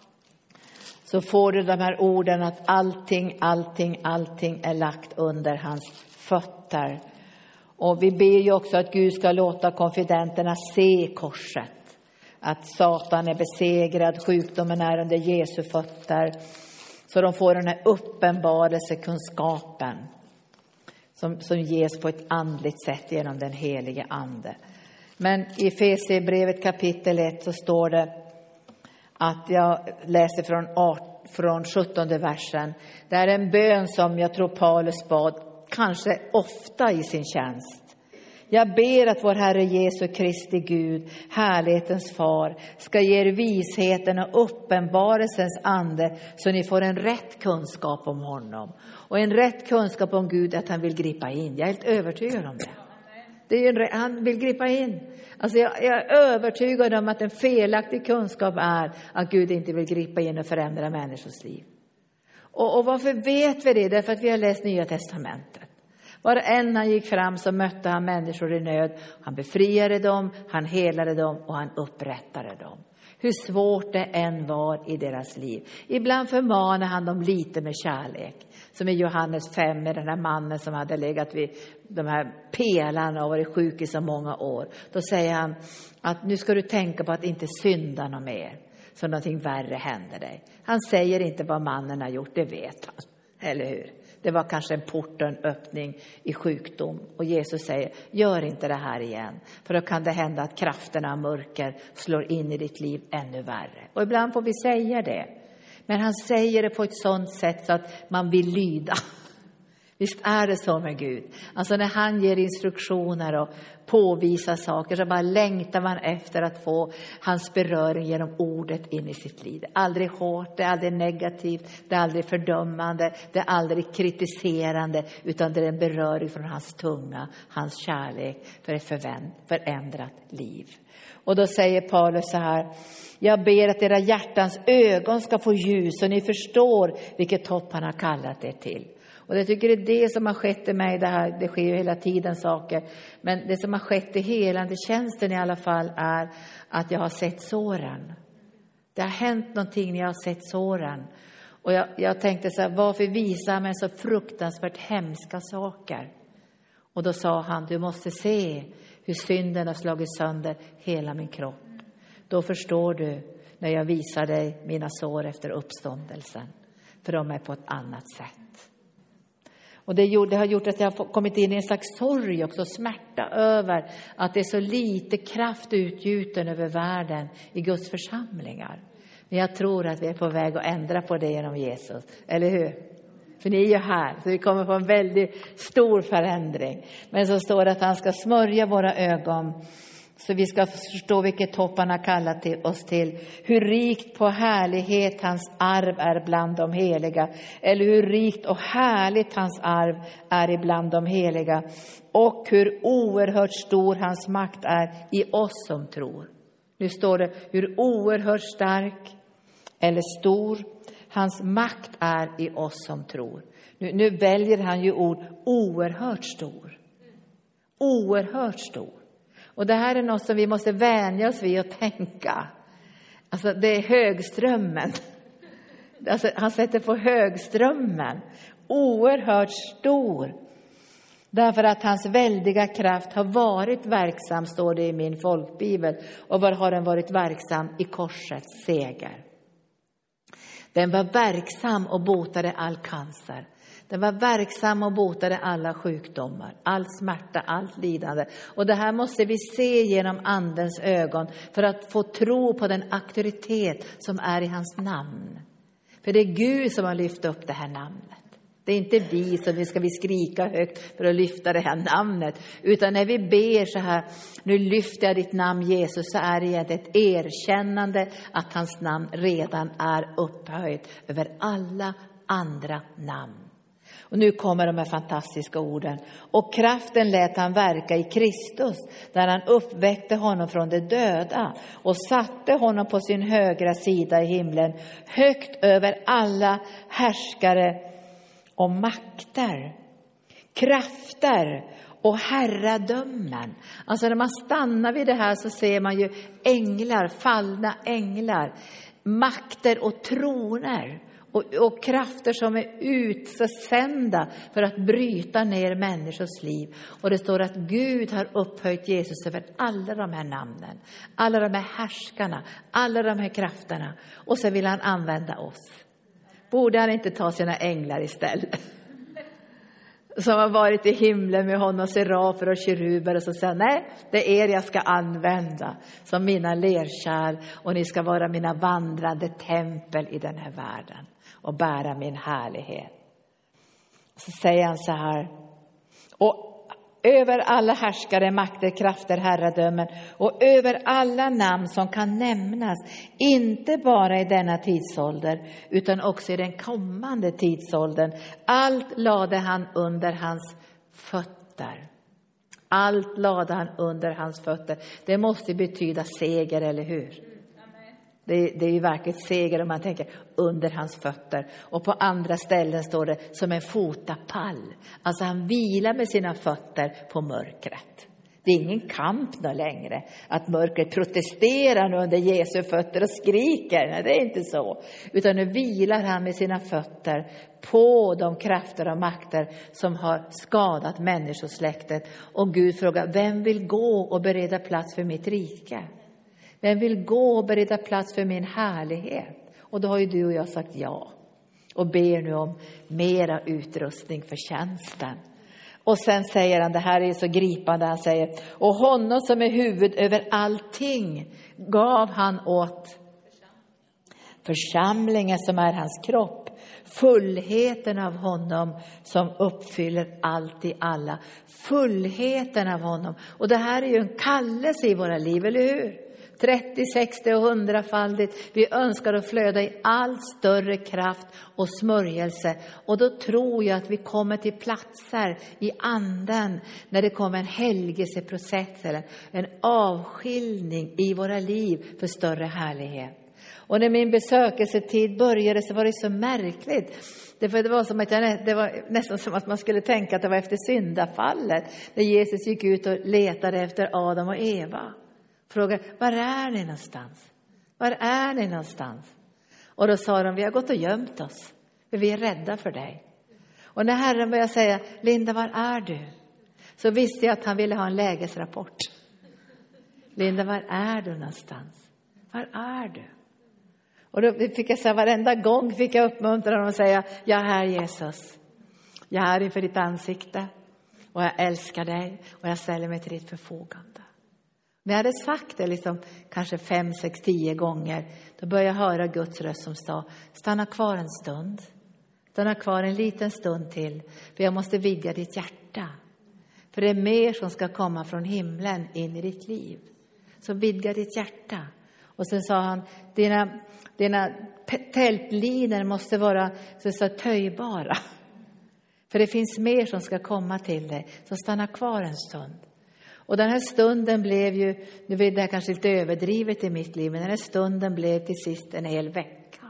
Så får du de här orden att allting, allting, allting är lagt under hans fötter. Och vi ber ju också att Gud ska låta konfidenterna se korset. Att Satan är besegrad, sjukdomen är under Jesu fötter. Så de får den här uppenbarelsekunskapen som, som ges på ett andligt sätt genom den helige ande. Men i Efesierbrevet kapitel ett så står det att jag läser från, från sjuttonde versen. Det är en bön som jag tror Paulus bad kanske ofta i sin tjänst. Jag ber att vår Herre Jesu Kristi Gud, härlighetens far, ska ge er visheten och uppenbarelsens ande så ni får en rätt kunskap om honom. Och en rätt kunskap om Gud att han vill gripa in. Jag är helt övertygad om det. Det är en, han vill gripa in. Alltså jag, jag är övertygad om att en felaktig kunskap är att Gud inte vill gripa in och förändra människors liv. Och, och varför vet vi det? Därför att vi har läst Nya testamentet. Var än han gick fram så mötte han människor i nöd. Han befriade dem, han helade dem och han upprättade dem. Hur svårt det än var i deras liv. Ibland förmanar han dem lite med kärlek. Som i Johannes fem med den här mannen som hade legat vid de här pelarna och varit sjuk i så många år. Då säger han att nu ska du tänka på att inte synda något mer. så någonting värre händer dig. Han säger inte vad mannen har gjort, det vet han. Eller hur? Det var kanske en port och en öppning i sjukdom. Och Jesus säger, gör inte det här igen. För då kan det hända att krafterna av mörker slår in i ditt liv ännu värre. Och ibland får vi säga det. Men han säger det på ett sådant sätt så att man vill lyda. Visst är det så med Gud. Alltså när han ger instruktioner och påvisar saker så bara längtar man efter att få hans beröring genom ordet in i sitt liv. Det är aldrig hårt, det är aldrig negativt, det är aldrig fördömande, det är aldrig kritiserande. Utan det är en beröring från hans tunga, hans kärlek för ett förvänt, förändrat liv. Och då säger Paulus så här: jag ber att era hjärtans ögon ska få ljus så ni förstår vilket hopp han har kallat er till. Och jag tycker det är det som har skett i mig. Det, här, det sker ju hela tiden saker. Men det som har skett i helande tjänsten i alla fall är att jag har sett såren. Det har hänt någonting när jag har sett såren. Och jag, jag tänkte så här, varför visar han mig så fruktansvärt hemska saker? Och då sa han, du måste se hur synden har slagit sönder hela min kropp. Då förstår du när jag visar dig mina sår efter uppståndelsen. För de är på ett annat sätt. Och det, gjorde, det har gjort att jag har kommit in i en slags sorg också, smärta över att det är så lite kraft utgjuten över världen i Guds församlingar. Men jag tror att vi är på väg att ändra på det genom Jesus, eller hur? För ni är ju här, så vi kommer få en väldigt stor förändring. Men så står det att han ska smörja våra ögon så vi ska förstå vilket hopp han har kallat till oss till. Hur rikt på härlighet hans arv är bland de heliga. Eller hur rikt och härligt hans arv är ibland de heliga. Och hur oerhört stor hans makt är i oss som tror. Nu står det hur oerhört stark eller stor hans makt är i oss som tror. Nu, nu väljer han ju ord oerhört stor. Oerhört stor. Och det här är något som vi måste vänja oss vid att tänka. Alltså det är högströmmen. Alltså han sätter på högströmmen. Oerhört stor. Därför att hans väldiga kraft har varit verksam, står det i min folkbibel. Och var har den varit verksam? I korsets seger. Den var verksam och botade all cancer. Den var verksam och botade alla sjukdomar, all smärta, allt lidande. Och det här måste vi se genom andens ögon för att få tro på den auktoritet som är i hans namn. För det är Gud som har lyft upp det här namnet. Det är inte vi som vi ska vi skrika högt för att lyfta det här namnet. Utan när vi ber så här, nu lyfter jag ditt namn Jesus, så är det ett erkännande att hans namn redan är upphöjt över alla andra namn. Och nu kommer de här fantastiska orden. Och kraften lät han verka i Kristus, där han uppväckte honom från de döda och satte honom på sin högra sida i himlen, högt över alla härskare och makter, krafter och herradömen. Alltså när man stannar vid det här så ser man ju änglar, fallna änglar, makter och troner. Och, och krafter som är utsända för att bryta ner människors liv. Och det står att Gud har upphöjt Jesus över alla de här namnen. Alla de här härskarna. Alla de här krafterna. Och så vill han använda oss. Borde han inte ta sina änglar istället? Som har varit i himlen med honom, serafer och keruber. Och så säger nej, det är er jag ska använda som mina lerkärl. Och ni ska vara mina vandrande tempel i den här världen. Och bära min härlighet. Så säger han så här. Och över alla härskare, makter, krafter, herradömen. Och över alla namn som kan nämnas. Inte bara i denna tidsålder. Utan också i den kommande tidsåldern. Allt lade han under hans fötter. Allt lade han under hans fötter. Det måste betyda seger, eller hur? Det, det är ju verkligen seger om man tänker under hans fötter. Och på andra ställen står det som en fotapall. Alltså han vilar med sina fötter på mörkret. Det är ingen kamp då längre. Att mörkret protesterar under Jesu fötter och skriker. Nej, det är inte så. Utan nu vilar han med sina fötter på de krafter och makter som har skadat människosläktet. Och Gud frågar, vem vill gå och bereda plats för mitt rike? Vem vill gå och bereda plats för min härlighet? Och då har ju du och jag sagt ja. Och ber nu om mera utrustning för tjänsten. Och sen säger han, det här är så gripande, han säger, och honom som är huvud över allting gav han åt församlingen som är hans kropp. Fullheten av honom som uppfyller allt i alla. Fullheten av honom. Och det här är ju en kallelse i våra liv, eller hur? trettio, sextio och hundrafaldigt. Vi önskar att flöda i allt större kraft och smörjelse. Och då tror jag att vi kommer till platser i anden när det kommer en helgelseprocess eller en avskiljning i våra liv för större härlighet. Och när min besökelsetid började så var det så märkligt. Det var, som att jag, det var nästan som att man skulle tänka att det var efter syndafallet. När Jesus gick ut och letade efter Adam och Eva. Frågade, var är ni någonstans? Var är ni någonstans? Och då sa de, vi har gått och gömt oss. För vi är rädda för dig. Och när Herren började säga, Linda, var är du? Så visste jag att han ville ha en lägesrapport. Linda, var är du någonstans? Var är du? Och då fick jag säga, varenda gång fick jag uppmuntra dem och säga, jag är här Jesus. Jag är här inför ditt ansikte. Och jag älskar dig. Och jag ställer mig till ditt förfogande. När jag hade sagt det liksom, kanske fem, sex, tio gånger. Då började jag höra Guds röst som sa, stanna kvar en stund. Stanna kvar en liten stund till. För jag måste vidga ditt hjärta. För det är mer som ska komma från himlen in i ditt liv. Så vidga ditt hjärta. Och sen sa han, dina, dina tältlinor måste vara så, så töjbara. För det finns mer som ska komma till dig. Så stanna kvar en stund. Och den här stunden blev ju, nu vet det kanske lite överdrivet i mitt liv, men den här stunden blev till sist en hel vecka.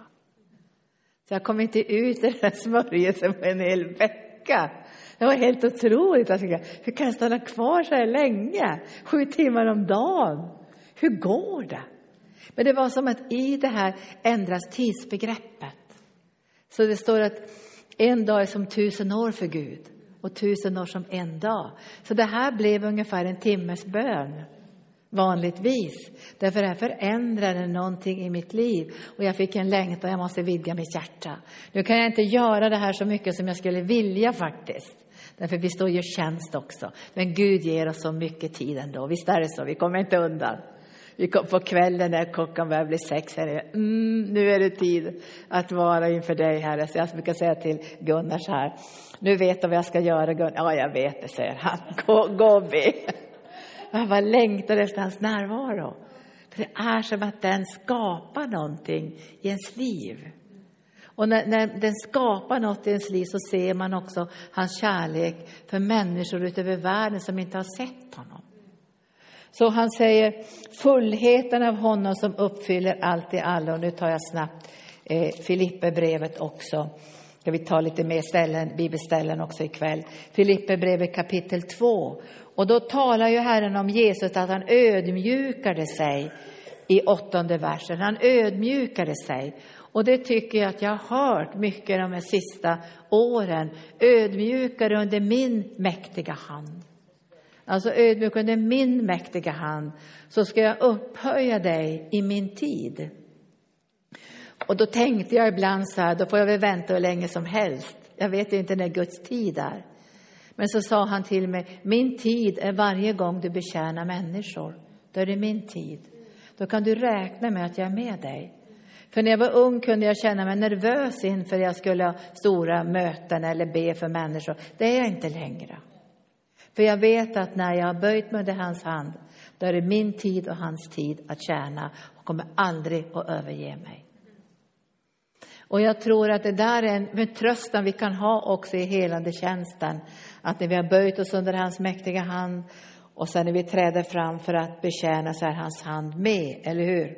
Så jag kom inte ut i den här smörjelsen på en hel vecka. Det var helt otroligt. Jag tänkte, hur kan jag stanna kvar så här länge? Sju timmar om dagen. Hur går det? Men det var som att i det här ändras tidsbegreppet. Så det står att en dag är som tusen år för Gud. Och tusen år som en dag. Så det här blev ungefär en timmes bön. Vanligtvis. Därför det här förändrade någonting i mitt liv. Och jag fick en längtan, jag måste vidga mitt hjärta. Nu kan jag inte göra det här så mycket som jag skulle vilja faktiskt. Därför vi står ju tjänst också. Men Gud ger oss så mycket tid ändå. Visst är det så, vi kommer inte undan. Vi kom på kvällen när klockan börjar bli sex. Här är, mm, nu är det tid att vara inför dig, Herre. Så jag brukar säga till Gunnar så här. Nu vet du vad jag ska göra, Gunnar. Ja, jag vet det, säger han. Gå, gå och be. Jag bara längtar efter hans närvaro. För det är som att den skapar någonting i ens liv. Och när, när den skapar något i ens liv så ser man också hans kärlek för människor utöver världen som inte har sett honom. Så han säger fullheten av honom som uppfyller allt i alla. Och nu tar jag snabbt eh, Filipperbrevet också. Ska vi ta lite mer ställen, bibelställen också ikväll. Filipperbrevet kapitel två. Och då talar ju Herren om Jesus att han ödmjukade sig i åttonde versen. Han ödmjukade sig. Och det tycker jag att jag har hört mycket de här sista åren. Ödmjukade under min mäktiga hand. Alltså ödmjuk under min mäktiga hand. Så ska jag upphöja dig i min tid. Och då tänkte jag ibland så här. Då får jag väl vänta hur länge som helst. Jag vet ju inte när Guds tid är. Men så sa han till mig. Min tid är varje gång du betjänar människor. Då är det min tid. Då kan du räkna med att jag är med dig. För när jag var ung kunde jag känna mig nervös inför jag skulle ha stora möten eller be för människor. Det är jag inte längre. För jag vet att när jag har böjt mig under hans hand, då är det min tid och hans tid att tjäna och kommer aldrig att överge mig. Och jag tror att det där är en tröstan vi kan ha också i helande tjänsten. Att när vi har böjt oss under hans mäktiga hand och sen när vi träder fram för att betjäna så är hans hand med, eller hur?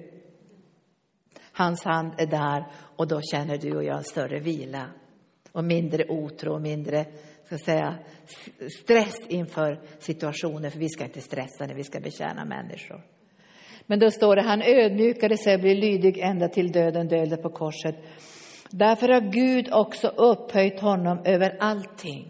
Hans hand är där och då känner du och jag en större vila. Och mindre otro, mindre ska säga, stress inför situationer. För vi ska inte stressa när vi ska betjäna människor. Men då står det, han ödmjukade sig och blev lydig ända till döden, döden på korset. Därför har Gud också upphöjt honom över allting.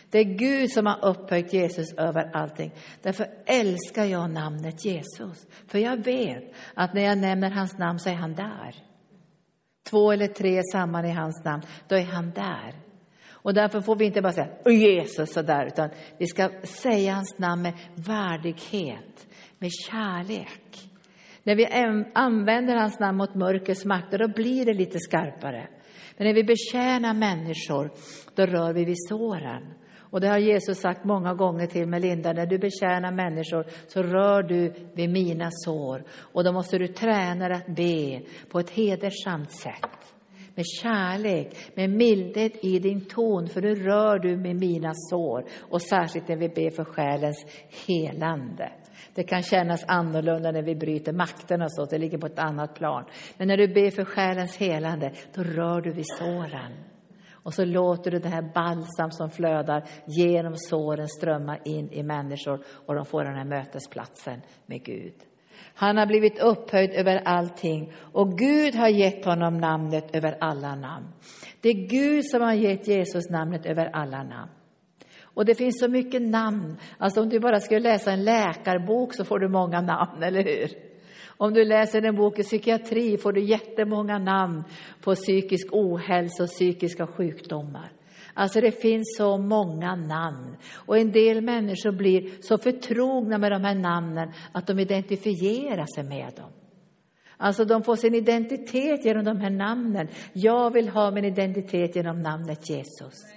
Det är Gud som har upphöjt Jesus över allting. Därför älskar jag namnet Jesus. För jag vet att när jag nämner hans namn så är han där. Två eller tre samman i hans namn, då är han där. Och därför får vi inte bara säga Jesus sådär, utan vi ska säga hans namn med värdighet, med kärlek. När vi använder hans namn mot mörkrets makter, då blir det lite skarpare. Men när vi betjänar människor, då rör vi vid såren. Och det har Jesus sagt många gånger till Melinda. När du betjänar människor så rör du vid mina sår. Och då måste du träna dig att be på ett hedersamt sätt. Med kärlek, med mildhet i din ton. För du rör du med mina sår. Och särskilt när vi ber för själens helande. Det kan kännas annorlunda när vi bryter makten och så. Det ligger på ett annat plan. Men när du ber för själens helande, då rör du vid såren. Och så låter du det här balsam som flödar genom såren strömma in i människor. Och de får den här mötesplatsen med Gud. Han har blivit upphöjd över allting. Och Gud har gett honom namnet över alla namn. Det är Gud som har gett Jesus namnet över alla namn. Och det finns så mycket namn. Alltså om du bara skulle läsa en läkarbok så får du många namn, eller hur? Om du läser en bok i psykiatri får du jättemånga namn på psykisk ohälsa och psykiska sjukdomar. Alltså det finns så många namn. Och en del människor blir så förtrogna med de här namnen att de identifierar sig med dem. Alltså de får sin identitet genom de här namnen. Jag vill ha min identitet genom namnet Jesus.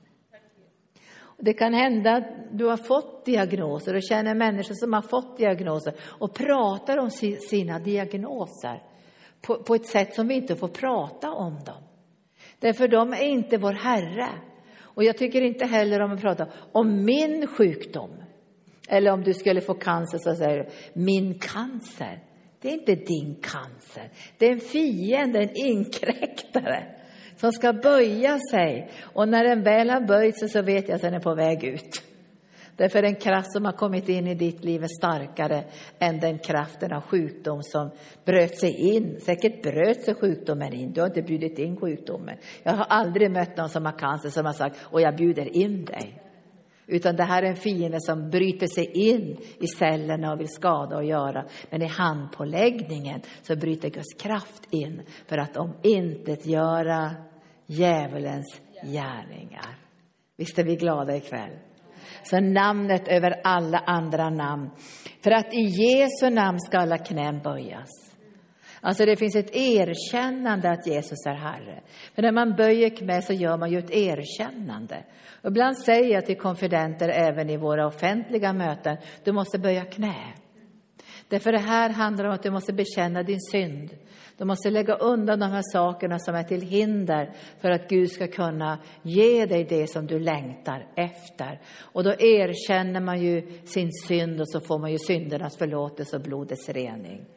Det kan hända att du har fått diagnoser och känner människor som har fått diagnoser och pratar om sina diagnoser på, på ett sätt som vi inte får prata om dem. Därför de är inte vår Herre. Och jag tycker inte heller om att prata om min sjukdom. Eller om du skulle få cancer så säger du, min cancer. Det är inte din cancer. Det är en fiende, en inkräktare. Som ska böja sig. Och när den väl har böjt sig så vet jag att den är på väg ut. Därför den kraft som har kommit in i ditt liv är starkare än den kraften av sjukdom som bröt sig in. Säkert bröt sig sjukdomen in. Du har inte bjudit in sjukdomen. Jag har aldrig mött någon som har cancer som har sagt, och jag bjuder in dig. Utan det här är en fiende som bryter sig in i cellerna och vill skada och göra. Men i handpåläggningen så bryter Guds kraft in för att omintetgöra djävulens gärningar. Visst är vi glada ikväll? Så namnet över alla andra namn. För att i Jesu namn ska alla knän böjas. Alltså det finns ett erkännande att Jesus är Herre. För när man böjer knä så gör man ju ett erkännande. Och ibland säger jag till konfidenter även i våra offentliga möten, du måste böja knä. Därför det här handlar om att du måste bekänna din synd. Du måste lägga undan de här sakerna som är till hinder för att Gud ska kunna ge dig det som du längtar efter. Och då erkänner man ju sin synd och så får man ju syndernas förlåtelse och blodets rening.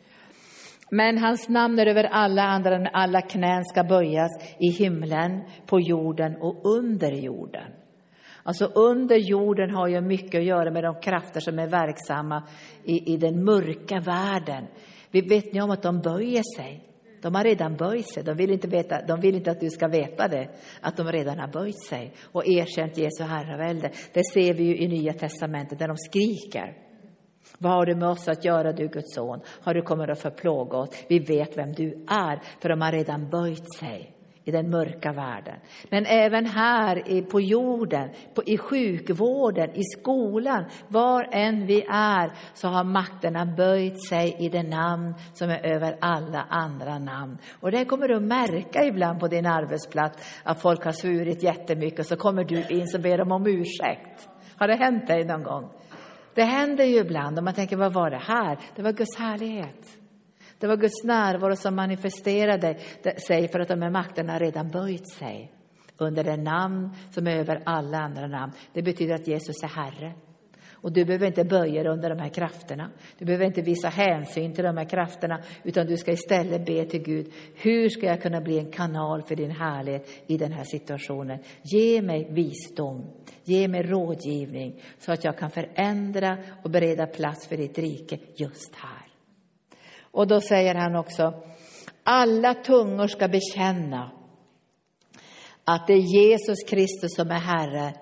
Men hans namn är över alla andra, när alla knän ska böjas i himlen, på jorden och under jorden. Alltså under jorden har ju mycket att göra med de krafter som är verksamma i, i den mörka världen. Vi vet ni om att de böjer sig. De har redan böjt sig. De vill inte veta, de vill inte att du ska veta det. Att de redan har böjt sig och erkänt Jesu herravälde. Det ser vi ju i Nya testamentet där de skriker. Vad har du med oss att göra, du Guds son? Har du kommit att förplåga oss? Vi vet vem du är, för de har redan böjt sig i den mörka världen. Men även här på jorden, på, i sjukvården, i skolan, var än vi är, så har makterna böjt sig i det namn som är över alla andra namn. Och det kommer du att märka ibland på din arbetsplats, att folk har svurit jättemycket och så kommer du in så ber de om ursäkt. Har det hänt dig någon gång? Det händer ju ibland och man tänker, vad var det här? Det var Guds härlighet. Det var Guds närvaro som manifesterade sig för att de här makterna redan böjt sig under det namn som är över alla andra namn. Det betyder att Jesus är Herre. Och du behöver inte böja dig under de här krafterna. Du behöver inte visa hänsyn till de här krafterna, utan du ska istället be till Gud. Hur ska jag kunna bli en kanal för din härlighet i den här situationen? Ge mig visdom. Ge mig rådgivning så att jag kan förändra och bereda plats för ditt rike just här. Och då säger han också, alla tungor ska bekänna att det är Jesus Kristus som är Herre,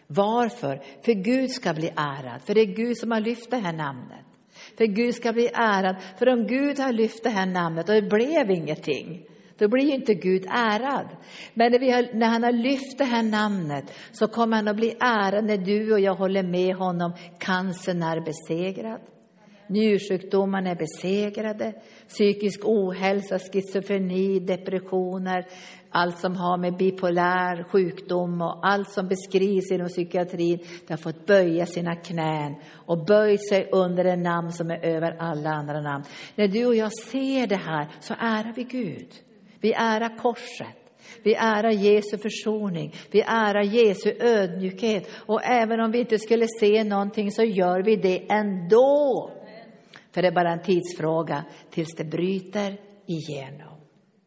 Varför? För Gud ska bli ärad. För det är Gud som har lyft det här namnet. För Gud ska bli ärad. För om Gud har lyft det här namnet och det blev ingenting, då blir ju inte Gud ärad. Men när, vi har, när han har lyft det här namnet så kommer han att bli ärad när du och jag håller med honom. Cancern är besegrad. Njursjukdomarna är besegrade. Psykisk ohälsa, schizofreni, depressioner. Allt som har med bipolär sjukdom och allt som beskrivs inom psykiatrin. Det har fått böja sina knän och böj sig under en namn som är över alla andra namn. När du och jag ser det här så ärar vi Gud. Vi ärar korset. Vi ärar Jesu försoning. Vi ärar Jesu ödmjukhet. Och även om vi inte skulle se någonting så gör vi det ändå. För det är bara en tidsfråga tills det bryter igenom.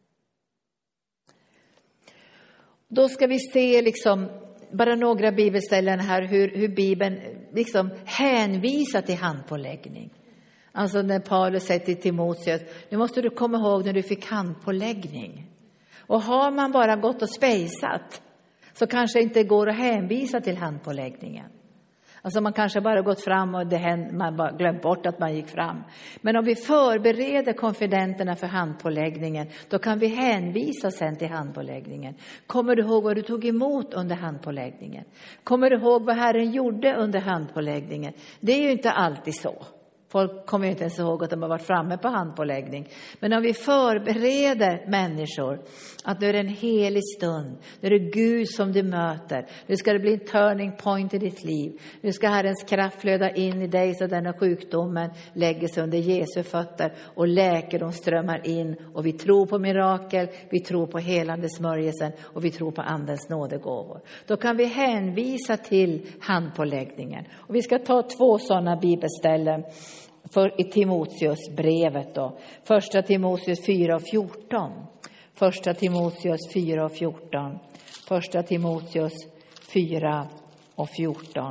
Då ska vi se liksom bara några bibelställen här hur, hur Bibeln liksom hänvisar till handpåläggning. Alltså när Paulus säger till Timoteus, nu måste du komma ihåg när du fick handpåläggning. Och har man bara gått och spejsat så kanske inte går att hänvisa till handpåläggningen. Alltså man kanske bara gått fram och det händer, man bara glömt bort att man gick fram. Men om vi förbereder konfidenterna för handpåläggningen, då kan vi hänvisa sen till handpåläggningen. Kommer du ihåg vad du tog emot under handpåläggningen? Kommer du ihåg vad Herren gjorde under handpåläggningen? Det är ju inte alltid så. Folk kommer ju inte ens ihåg att de har varit framme på handpåläggning. Men om vi förbereder människor att nu är det en helig stund. Nu är det Gud som du möter. Nu ska det bli en turning point i ditt liv. Nu ska Herrens kraft flöda in i dig så att denna sjukdomen lägger sig under Jesu fötter. Och läkedom strömmar in. Och vi tror på mirakel. Vi tror på helande smörjelsen. Och vi tror på andens nådegåvor. Då kan vi hänvisa till handpåläggningen. Och vi ska ta två sådana bibelställen. För i Timoteus brevet då. Första Timoteus fyra och fjorton. Första Timoteus fyra och fjorton. Första Timoteus fyra och fjorton.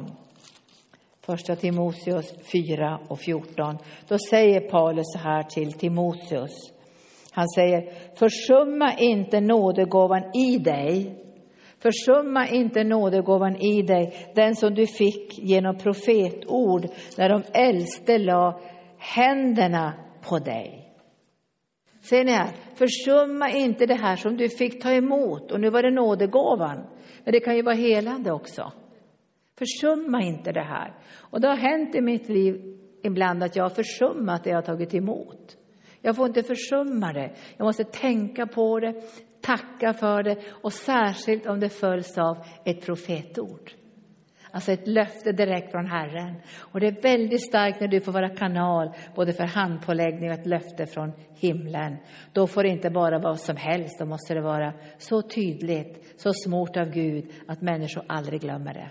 Första Timoteus fyra och fjorton. Då säger Paulus så här till Timoteus. Han säger, försumma inte nådegåvan i dig. Försumma inte nådegåvan i dig, den som du fick genom profetord när de äldste la händerna på dig. Ser ni här? Försumma inte det här som du fick ta emot. Och nu var det nådegåvan. Men det kan ju vara helande också. Försumma inte det här. Och det har hänt i mitt liv ibland att jag har försummat det jag har tagit emot. Jag får inte försumma det. Jag måste tänka på det. Tacka för det, och särskilt om det följs av ett profetord. Alltså ett löfte direkt från Herren. Och det är väldigt starkt när du får vara kanal både för handpåläggning och ett löfte från himlen. Då får det inte bara vara som helst, då måste det vara så tydligt, så smort av Gud att människor aldrig glömmer det.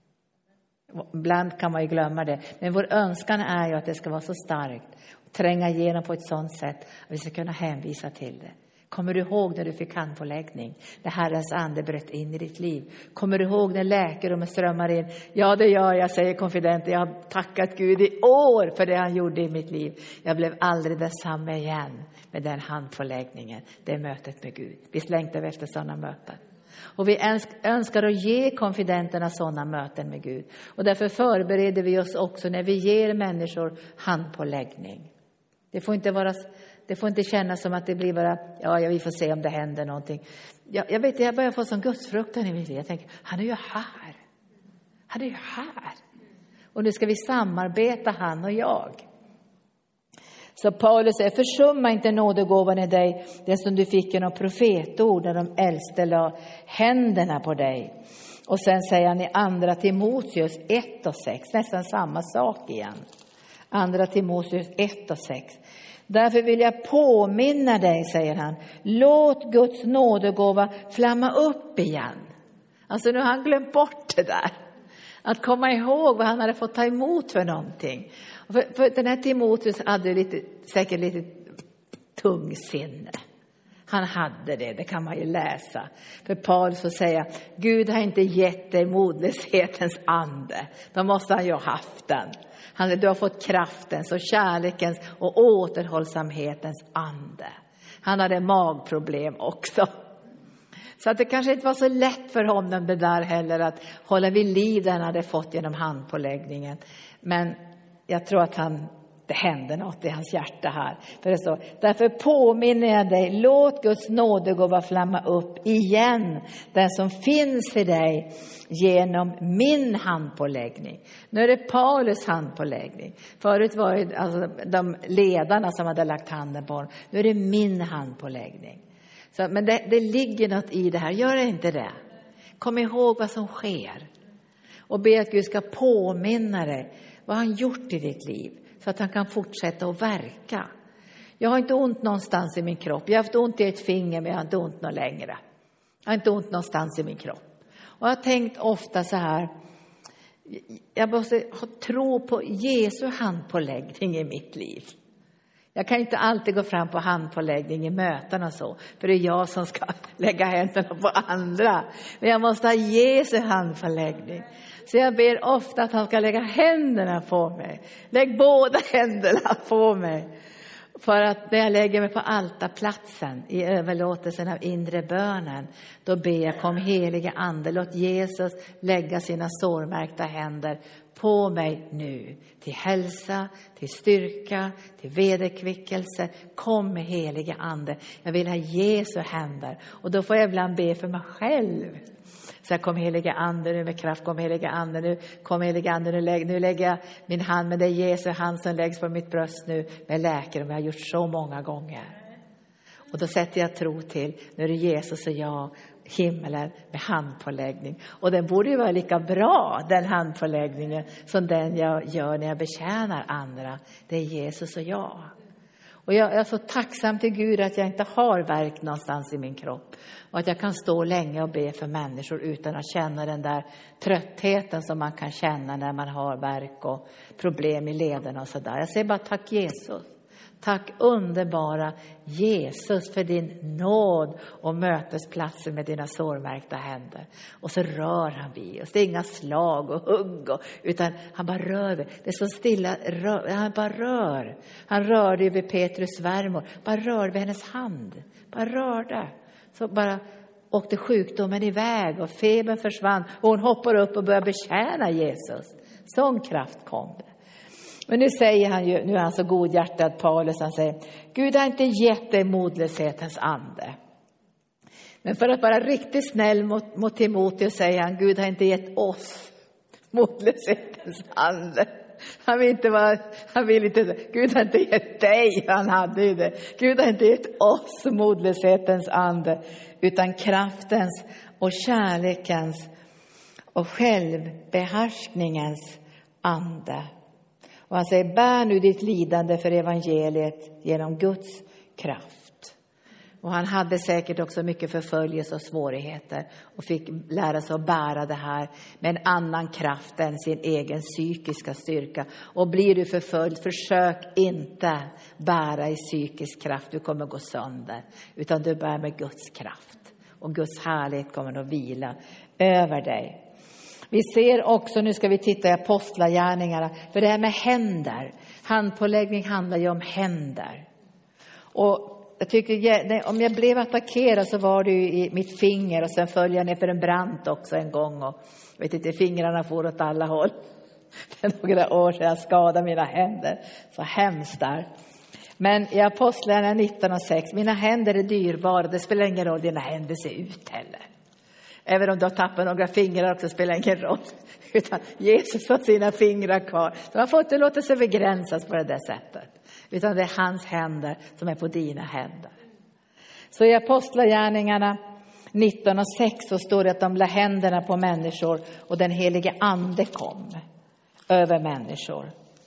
Ibland kan man ju glömma det, men vår önskan är ju att det ska vara så starkt, tränga igenom på ett sådant sätt att vi ska kunna hänvisa till det. Kommer du ihåg när du fick handpåläggning? När Herrens ande bröt in i ditt liv. Kommer du ihåg när läkedom strömmar in? Ja, det gör jag, säger konfident. Jag har tackat Gud i år för det han gjorde i mitt liv. Jag blev aldrig detsamma igen med den handpåläggningen. Det mötet med Gud. Vi längtar efter sådana möten. Och vi önskar att ge konfidenterna sådana möten med Gud. Och därför förbereder vi oss också när vi ger människor handpåläggning. Det får inte vara... Det får inte kännas som att det blir bara, ja, ja vi får se om det händer någonting. Jag, jag vet, jag börjar få sån gudsfruktan i mitt liv. Jag tänker, han är ju här. Han är ju här. Och nu ska vi samarbeta, han och jag. Så Paulus säger, försumma inte nådegåvan i dig, den som du fick genom profetord när de äldste la händerna på dig. Och sen säger han i andra Timoteus ett och sex, nästan samma sak igen. Andra Timoteus ett och sex. Därför vill jag påminna dig, säger han. Låt Guds nådegåva flamma upp igen. Alltså nu har han glömt bort det där. Att komma ihåg vad han hade fått ta emot för någonting. För, för den här Timoteus hade lite, säkert lite tung sinne. Han hade det, det kan man ju läsa. För Paulus får säga, Gud har inte gett dig modlöshetens ande. Då måste han ju ha haft den. Han, du har fått kraftens och kärlekens och återhållsamhetens ande. Han hade magproblem också. Så att det kanske inte var så lätt för honom det där heller att hålla vid liv den han hade fått genom handpåläggningen. Men jag tror att han, det hände något i hans hjärta här. För det så, därför påminner jag dig, låt Guds nådegåva flamma upp igen. Den som finns i dig genom min handpåläggning. Nu är det Paulus handpåläggning. Förut var det alltså de ledarna som hade lagt handen på honom. Nu är det min handpåläggning. Så, men det, det ligger något i det här. Gör inte det. Kom ihåg vad som sker. Och be att Gud ska påminna dig vad han gjort i ditt liv. Så att han kan fortsätta att verka. Jag har inte ont någonstans i min kropp. Jag har haft ont i ett finger, men jag har inte ont någon längre. Jag har inte ont någonstans i min kropp. Och jag har tänkt ofta så här. Jag måste ha tro på Jesu handpåläggning i mitt liv. Jag kan inte alltid gå fram på handpåläggning i möten och så. För det är jag som ska lägga händerna på andra. Men jag måste ha Jesu handpåläggning. Så jag ber ofta att han ska lägga händerna på mig. Lägg båda händerna på mig. För att när jag lägger mig på altarplatsen i överlåtelsen av inre bönen. Då ber jag, kom helige ande, låt Jesus lägga sina sårmärkta händer på mig nu. Till hälsa, till styrka, till vederkvickelse. Kom med helige ande. Jag vill ha Jesu händer. Och då får jag ibland be för mig själv. Så jag kom heliga ande nu med kraft, kom heliga ande nu, kom heliga ande nu, lägg, nu lägger jag min hand, men det är Jesu hand som läggs på mitt bröst nu med läkare, men jag har gjort så många gånger. Och då sätter jag tro till, nu är det Jesus och jag, himmelen med handpåläggning. Och den borde ju vara lika bra, den handpåläggningen, som den jag gör när jag betjänar andra. Det är Jesus och jag. Och jag är så tacksam till Gud att jag inte har värk någonstans i min kropp. Och att jag kan stå länge och be för människor utan att känna den där tröttheten som man kan känna när man har värk och problem i lederna och sådär. Jag säger bara tack Jesus. Tack underbara Jesus för din nåd och mötesplatser med dina sårmärkta händer. Och så rör han vid oss. Det är inga slag och hugg. Och, utan han bara rör. Det är så stilla. Rör, han bara rör. Han rörde vid Petrus svärmor. Bara rör vid hennes hand. Bara rörde. Så bara åkte sjukdomen iväg och febern försvann. Och hon hoppar upp och börjar betjäna Jesus. Sån kraft kom det. Men nu säger han ju, nu är han så godhjärtad Paulus, han säger, Gud har inte gett dig modlöshetens ande. Men för att vara riktigt snäll mot, mot Timoteus säger han, Gud har inte gett oss modlöshetens ande. Han vill inte vara, han vill inte, Gud har inte gett dig, han hade ju det. Gud har inte gett oss modlöshetens ande, utan kraftens och kärlekens och självbehärskningens ande. Och han säger, bär nu ditt lidande för evangeliet genom Guds kraft. Och han hade säkert också mycket förföljelse och svårigheter. Och fick lära sig att bära det här med en annan kraft än sin egen psykiska styrka. Och blir du förföljd, försök inte bära i psykisk kraft. Du kommer gå sönder. Utan du bär med Guds kraft. Och Guds härlighet kommer att vila över dig. Vi ser också, nu ska vi titta i apostlagärningarna, för det här med händer. Handpåläggning handlar ju om händer. Och jag tycker, om jag blev attackerad så var det ju i mitt finger och sen följde jag ner för en brant också en gång. Och jag vet inte, fingrarna får åt alla håll. För några år sedan jag skadade mina händer. Så hemskt där. Men i apostlagärningarna nitton och sex, mina händer är dyrbara. Det spelar ingen roll dina händer ser ut heller. Även om du har tappat några fingrar också spelar ingen roll. Utan Jesus har sina fingrar kvar. Så man får inte låta sig begränsas på det där sättet. Utan det är hans händer som är på dina händer. Så i apostlagärningarna nitton och sex så står det att de la händerna på människor. Och den helige ande kom över människor.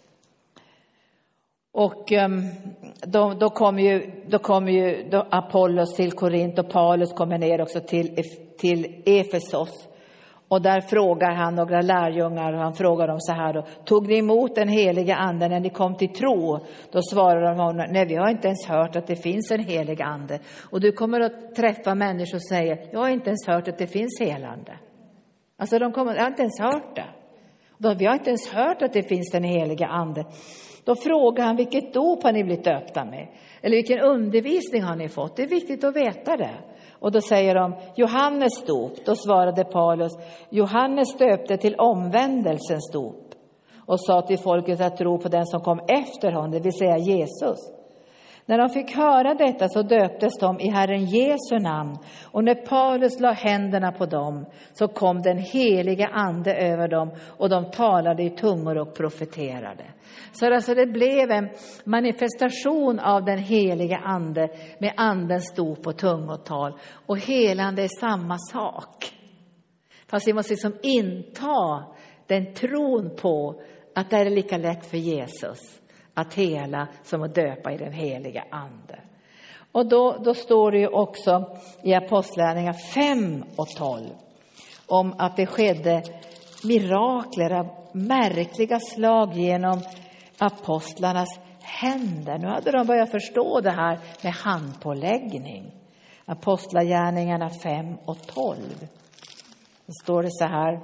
Och um, då, då kommer ju, då kommer ju då Apollos till Korint och Paulus kommer ner också till, till Efesos. Och där frågar han några lärjungar och han frågar dem så här då. Tog ni emot den heliga ande när ni kom till tro? Då svarar de honom, nej vi har inte ens hört att det finns en helig ande. Och du kommer att träffa människor och säga, jag har inte ens hört att det finns helande. Alltså de kommer, jag har inte ens hört det. Då, vi har inte ens hört att det finns en heliga ande. Då frågar han, vilket dop har ni blivit döpta med? Eller vilken undervisning har ni fått? Det är viktigt att veta det. Och då säger de, Johannes dop. Då svarade Paulus, Johannes döpte till omvändelsens dop och sa till folket att tro på den som kom efter honom, det vill säga Jesus. När de fick höra detta så döptes de i Herren Jesu namn. Och när Paulus la händerna på dem så kom den heliga ande över dem och de talade i tungor och profeterade. Så alltså det blev en manifestation av den heliga ande med andens dop och tungotal. Och helande är samma sak. Fast vi måste liksom inta den tron på att det är lika lätt för Jesus att hela som att döpa i den heliga ande. Och då, då står det ju också i Apostlagärningarna fem och tolv om att det skedde mirakler av märkliga slag genom apostlarnas händer. Nu hade de börjat förstå det här med handpåläggning. Apostlagärningarna fem och tolv. Då står det så här.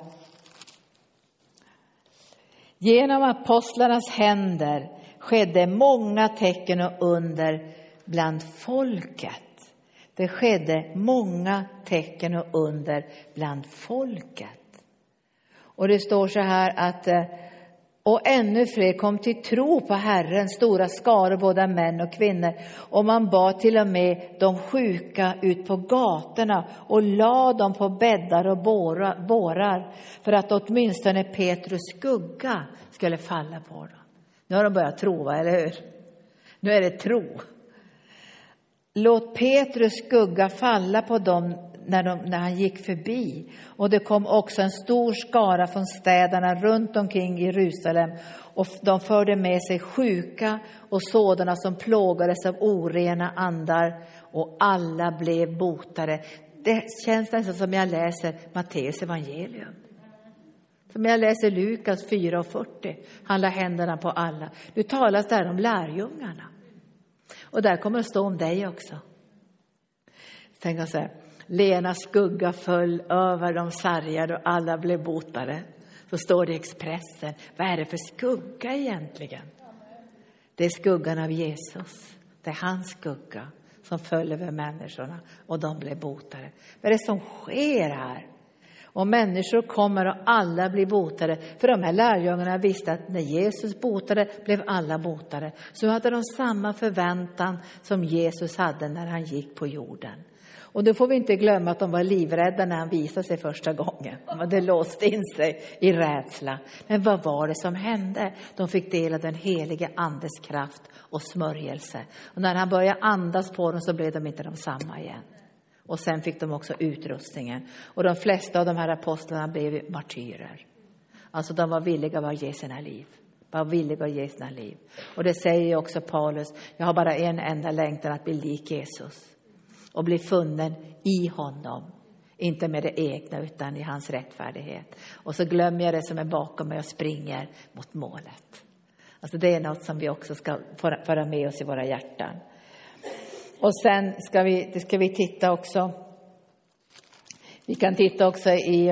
Genom apostlarnas händer skedde många tecken och under bland folket. Det skedde många tecken och under bland folket. Och det står så här att och ännu fler kom till tro på Herren, stora skaror både män och kvinnor. Och man bad till och med de sjuka ut på gatorna och la dem på bäddar och bårar för att åtminstone Petrus skugga skulle falla på dem. Nu har de börjat tro, eller hur? Nu är det tro. Låt Petrus skugga falla på dem när, de, när han gick förbi. Och det kom också en stor skara från städerna runt omkring Jerusalem. Och de förde med sig sjuka och sådana som plågades av orena andar. Och alla blev botade. Det känns nästan som jag läser Matteus evangelium. Som jag läser Lukas fyra och fyrtio. Han la händerna på alla. Nu talas där om lärjungarna. Och där kommer det stå om dig också. Tänk jag så här. Lena skugga föll över de sargade och alla blev botade. Så står det i Expressen. Vad är det för skugga egentligen? Det är skuggan av Jesus. Det är hans skugga som föll över människorna och de blev botade. Vad är det som sker här? Och människor kommer och alla blir botade. För de här lärjungarna visste att när Jesus botade blev alla botade. Så hade de samma förväntan som Jesus hade när han gick på jorden. Och då får vi inte glömma att de var livrädda när han visade sig första gången. De hade låst in sig i rädsla. Men vad var det som hände? De fick del av den helige andes kraft och smörjelse. Och när han började andas på dem så blev de inte de samma igen. Och sen fick de också utrustningen. Och de flesta av de här apostlarna blev martyrer. Alltså de var villiga att ge sina liv. Var villiga att ge sina liv. Och det säger ju också Paulus. Jag har bara en enda längtan att bli lik Jesus. Och bli funnen i honom. Inte med det egna utan i hans rättfärdighet. Och så glömmer jag det som är bakom mig och springer mot målet. Alltså det är något som vi också ska föra med oss i våra hjärtan. Och sen ska vi, det ska vi titta också. Vi kan titta också i,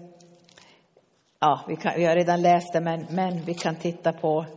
ja vi, kan, vi har redan läst det men, men vi kan titta på,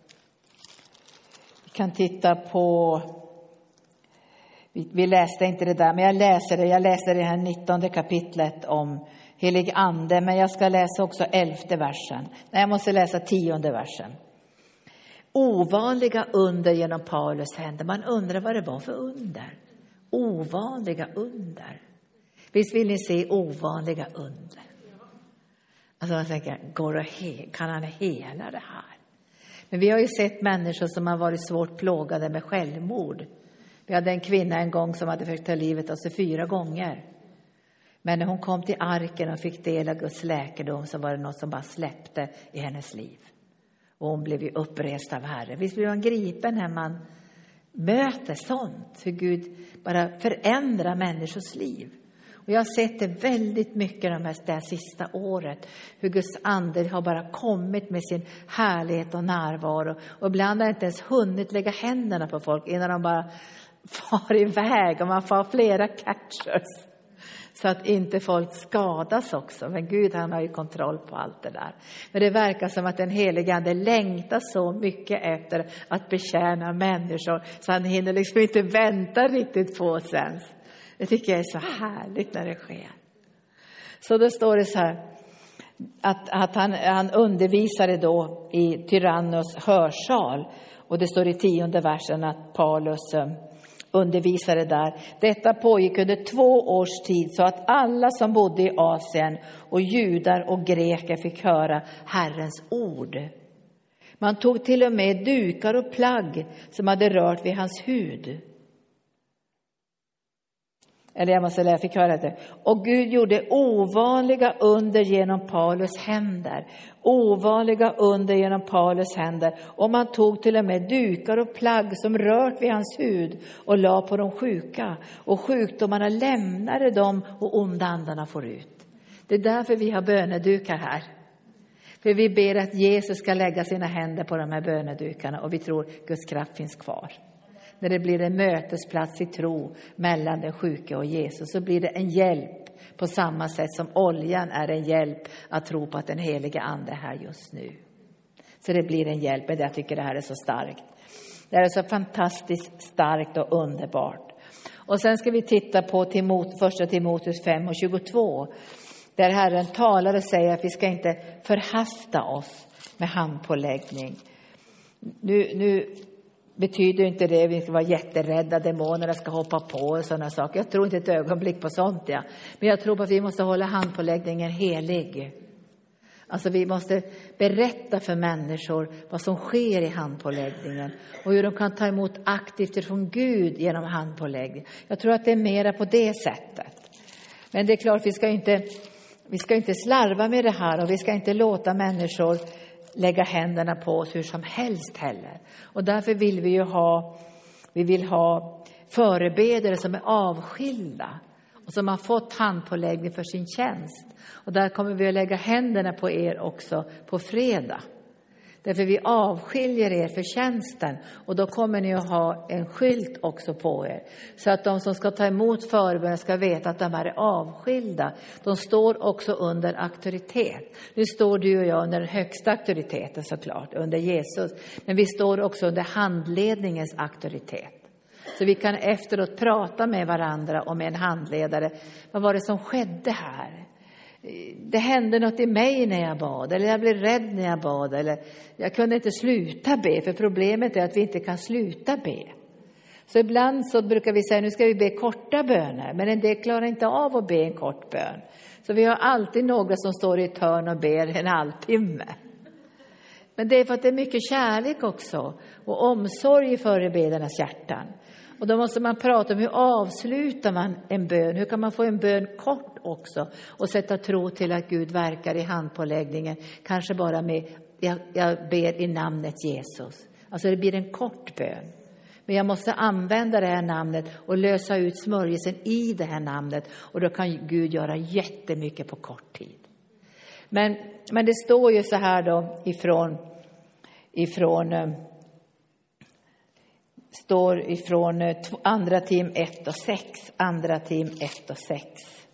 vi kan titta på, vi, vi läste inte det där men jag läser det, jag läser det här nittonde kapitlet om helig ande men jag ska läsa också elfte versen. Nej jag måste läsa tionde versen. Ovanliga under genom Paulus händer. Man undrar vad det var för under. Ovanliga under. Visst vill ni se ovanliga under? Alltså man tänker, går det he- kan han hela det här? Men vi har ju sett människor som har varit svårt plågade med självmord. Vi hade en kvinna en gång som hade försökt ta livet av sig fyra gånger. Men när hon kom till arken och fick del av Guds läkedom så var det något som bara släppte i hennes liv. Och hon blev ju upprest av Herren. Visst blir man gripen när man möter sånt. Hur Gud bara förändrar människors liv. Och jag har sett det väldigt mycket de här, det här sista året. Hur Guds ande har bara kommit med sin härlighet och närvaro. Och ibland har jag inte ens hunnit lägga händerna på folk innan de bara far iväg. Och man får flera catchers. Så att inte folk skadas också. Men Gud han har ju kontroll på allt det där. Men det verkar som att den helige ande längtar så mycket efter att betjäna människor. Så han hinner liksom inte vänta riktigt på sen. Det tycker jag är så härligt när det sker. Så då står det så här. Att, att han, han undervisade då i Tyrannos hörsal. Och det står i tionde versen att Paulus eh, undervisade där. Detta pågick under två års tid, så att alla som bodde i Asien och judar och greker fick höra Herrens ord. Man tog till och med dukar och plagg som hade rört vid hans hud. Eller jag måste lära, fick höra det. Och Gud gjorde ovanliga under genom Paulus händer. Ovanliga under genom Paulus händer. Och man tog till och med dukar och plagg som rört vid hans hud och la på de sjuka. Och sjukdomarna lämnade dem och onda andarna får ut. Det är därför vi har bönedukar här. För vi ber att Jesus ska lägga sina händer på de här bönedukarna. Och vi tror Guds kraft finns kvar. När det blir en mötesplats i tro mellan den sjuka och Jesus, så blir det en hjälp på samma sätt som oljan är en hjälp att tro på att den heliga ande är här just nu. Så det blir en hjälp, men jag tycker det här är så starkt. Det här är så fantastiskt starkt och underbart. Och sen ska vi titta på Timot, första Timoteus fem och tjugotvå. Där Herren talar och säger att vi ska inte förhasta oss med handpåläggning. Nu... nu betyder inte det att vi ska vara jätterädda, demonerna ska hoppa på och sådana saker. Jag tror inte ett ögonblick på sånt, ja. Men jag tror på att vi måste hålla handpåläggningen helig. Alltså vi måste berätta för människor vad som sker i handpåläggningen. Och hur de kan ta emot aktivt från Gud genom handpåläggning. Jag tror att det är mera på det sättet. Men det är klart, vi ska inte, vi ska inte slarva med det här. Och vi ska inte låta människor lägga händerna på oss hur som helst heller. Och därför vill vi ju ha, vi vill ha förebedare som är avskilda. Och som har fått handpåläggning för sin tjänst. Och där kommer vi att lägga händerna på er också på fredag. Därför vi avskiljer er för tjänsten. Och då kommer ni att ha en skylt också på er. Så att de som ska ta emot förbönen ska veta att de här är avskilda. De står också under auktoritet. Nu står du och jag under den högsta auktoriteten såklart. Under Jesus. Men vi står också under handledningens auktoritet. Så vi kan efteråt prata med varandra och med en handledare. Vad var det som skedde här? Det hände något i mig när jag bad. Eller jag blev rädd när jag bad. Eller jag kunde inte sluta be. För problemet är att vi inte kan sluta be. Så ibland så brukar vi säga, nu ska vi be korta böner. Men en del klarar inte av att be en kort bön. Så vi har alltid några som står i ett hörn och ber en halvtimme. Men det är för att det är mycket kärlek också. Och omsorg i förebedernas hjärtan. Och då måste man prata om hur avslutar man en bön. Hur kan man få en bön kort också. Och sätta tro till att Gud verkar i handpåläggningen. Kanske bara med, jag, jag ber i namnet Jesus. Alltså det blir en kort bön. Men jag måste använda det här namnet och lösa ut smörjelsen i det här namnet. Och då kan Gud göra jättemycket på kort tid. Men, men det står ju så här då ifrån... ifrån står ifrån andra Tim ett och sex. Andra Tim ett och sex.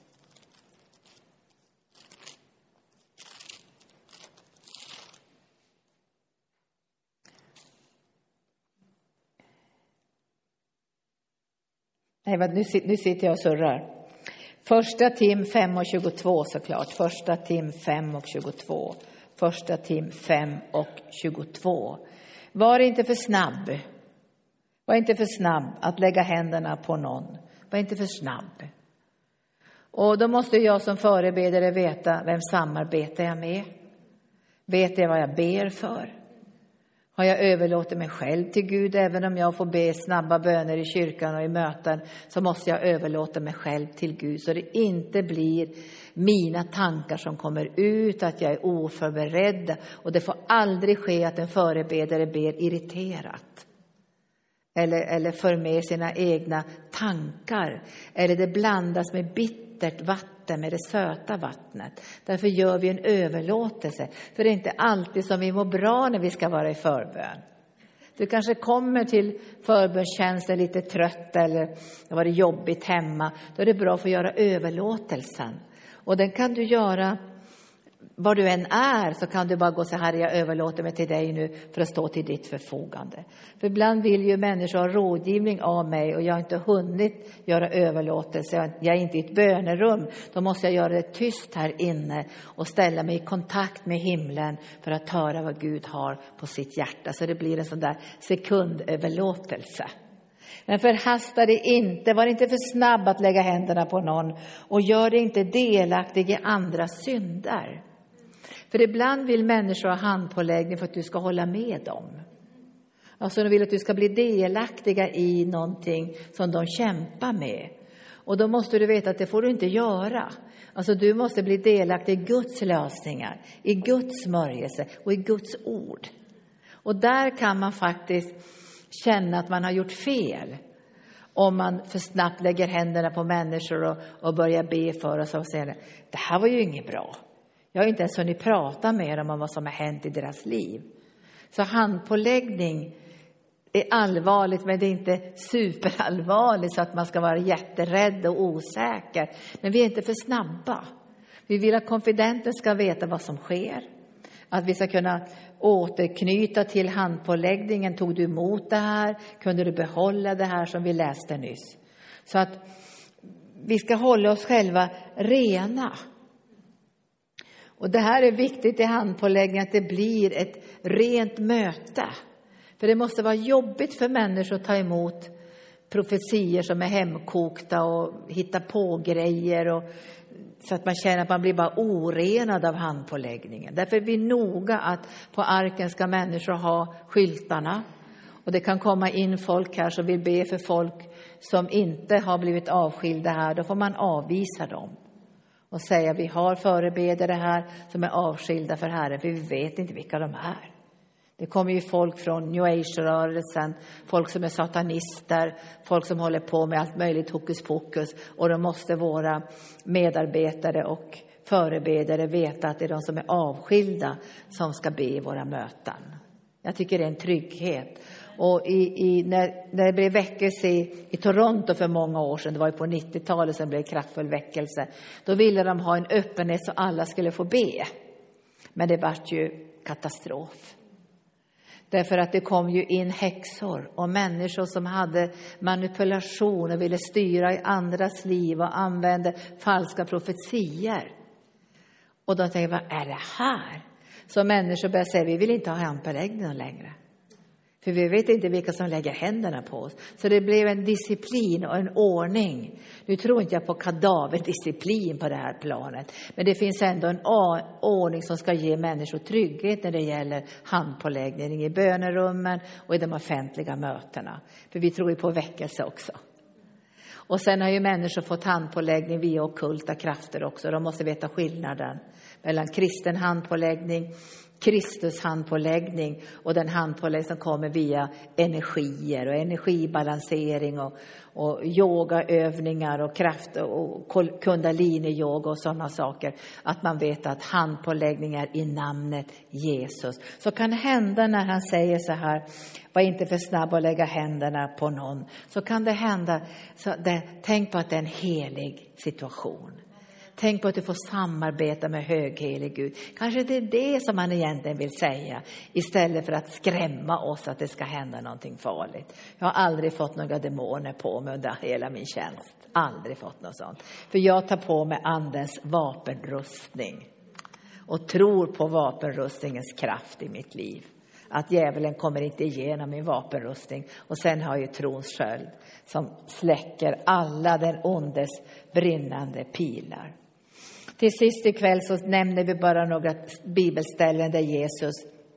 Nej, vad, nu, nu sitter jag och surrar. Första Tim fem och tjugotvå såklart. Första Tim fem och tjugotvå. Första Tim fem och tjugotvå. Var inte för snabb. Var inte för snabb att lägga händerna på någon. Var inte för snabb. Och då måste jag som förebedare veta vem samarbetar jag med. Vet jag vad jag ber för? Har jag överlåtit mig själv till Gud? Även om jag får be snabba böner i kyrkan och i möten, så måste jag överlåta mig själv till Gud. Så det inte blir mina tankar som kommer ut, att jag är oförberedd. Och det får aldrig ske att en förebedare ber irriterat. Eller, eller för med sina egna tankar. Eller det blandas med bittert vatten med det söta vattnet. Därför gör vi en överlåtelse. För det är inte alltid som vi mår bra när vi ska vara i förbön. Du kanske kommer till förbönstjänsten lite trött eller det var det jobbigt hemma. Då är det bra för att göra överlåtelsen. Och den kan du göra var du än är så kan du bara gå så här: jag överlåter mig till dig nu för att stå till ditt förfogande. För ibland vill ju människor ha rådgivning av mig och jag har inte hunnit göra överlåtelse. Jag är inte i ett bönerum. Då måste jag göra det tyst här inne och ställa mig i kontakt med himlen för att höra vad Gud har på sitt hjärta. Så det blir en sån där sekundöverlåtelse. Men förhasta dig inte, var inte för snabb att lägga händerna på någon och gör dig inte delaktig i andras synder. För ibland vill människor ha handpåläggning för att du ska hålla med dem. Alltså de vill att du ska bli delaktiga i någonting som de kämpar med. Och då måste du veta att det får du inte göra. Alltså du måste bli delaktig i Guds lösningar, i Guds smörjelse och i Guds ord. Och där kan man faktiskt känna att man har gjort fel. Om man för snabbt lägger händerna på människor och, och börjar be för oss och säger: det här var ju inget bra. Jag har inte ens hunnit prata med dem om vad som har hänt i deras liv. Så handpåläggning är allvarligt, men det är inte superallvarligt så att man ska vara jätterädd och osäker. Men vi är inte för snabba. Vi vill att konfidenten ska veta vad som sker. Att vi ska kunna återknyta till handpåläggningen. Tog du emot det här? Kunde du behålla det här som vi läste nyss? Så att vi ska hålla oss själva rena. Och det här är viktigt i handpåläggning, att det blir ett rent möte. För det måste vara jobbigt för människor att ta emot profetier som är hemkokta och hitta på grejer. Och, så att man känner att man blir bara orenad av handpåläggningen. Därför är vi noga att på arken ska människor ha skyltarna. Och det kan komma in folk här som vill be för folk som inte har blivit avskilda här. Då får man avvisa dem. Och säga: vi har förebedare här som är avskilda för Herren. För vi vet inte vilka de är. Det kommer ju folk från New Age-rörelsen. Folk som är satanister. Folk som håller på med allt möjligt hokus pokus. Och då måste våra medarbetare och förebedare veta att det är de som är avskilda som ska be i våra möten. Jag tycker det är en trygghet. Och i, i, när, när det blev väckelse i, i Toronto för många år sedan, det var ju på nittiotalet som det blev kraftfull väckelse, då ville de ha en öppenhet så alla skulle få be. Men det var ju katastrof. Därför att det kom ju in häxor och människor som hade manipulation och ville styra i andras liv och använde falska profetier. Och då tänkte jag: vad är det här? Så människor började säga: vi vill inte ha handpåläggning längre. För vi vet inte vilka som lägger händerna på oss. Så det blev en disciplin och en ordning. Nu tror inte jag på kadaverdisciplin på det här planet. Men det finns ändå en ordning som ska ge människor trygghet när det gäller handpåläggning i bönerummen och i de offentliga mötena. För vi tror ju på väckelse också. Och sen har ju människor fått handpåläggning via ockulta krafter också. De måste veta skillnaden mellan kristen handpåläggning, Kristus handpåläggning och den handpåläggning som kommer via energier och energibalansering och, och yogaövningar och kraft och kundalini-yoga och sådana saker. Att man vet att handpåläggning är i namnet Jesus. Så kan hända när han säger så här: var inte för snabb att lägga händerna på någon. Så kan det hända, så det, tänk på att det är en helig situation. Tänk på att du får samarbeta med höghelig Gud. Kanske det är det som han egentligen vill säga. Istället för att skrämma oss att det ska hända någonting farligt. Jag har aldrig fått några demoner på mig under hela min tjänst. Aldrig fått något sånt. För jag tar på mig andens vapenrustning. Och tror på vapenrustningens kraft i mitt liv. Att djävulen kommer inte igenom min vapenrustning. Och sen har jag ju trons sköld som släcker alla den ondes brinnande pilar. Till sist ikväll så nämner vi bara några bibelställen där Jesus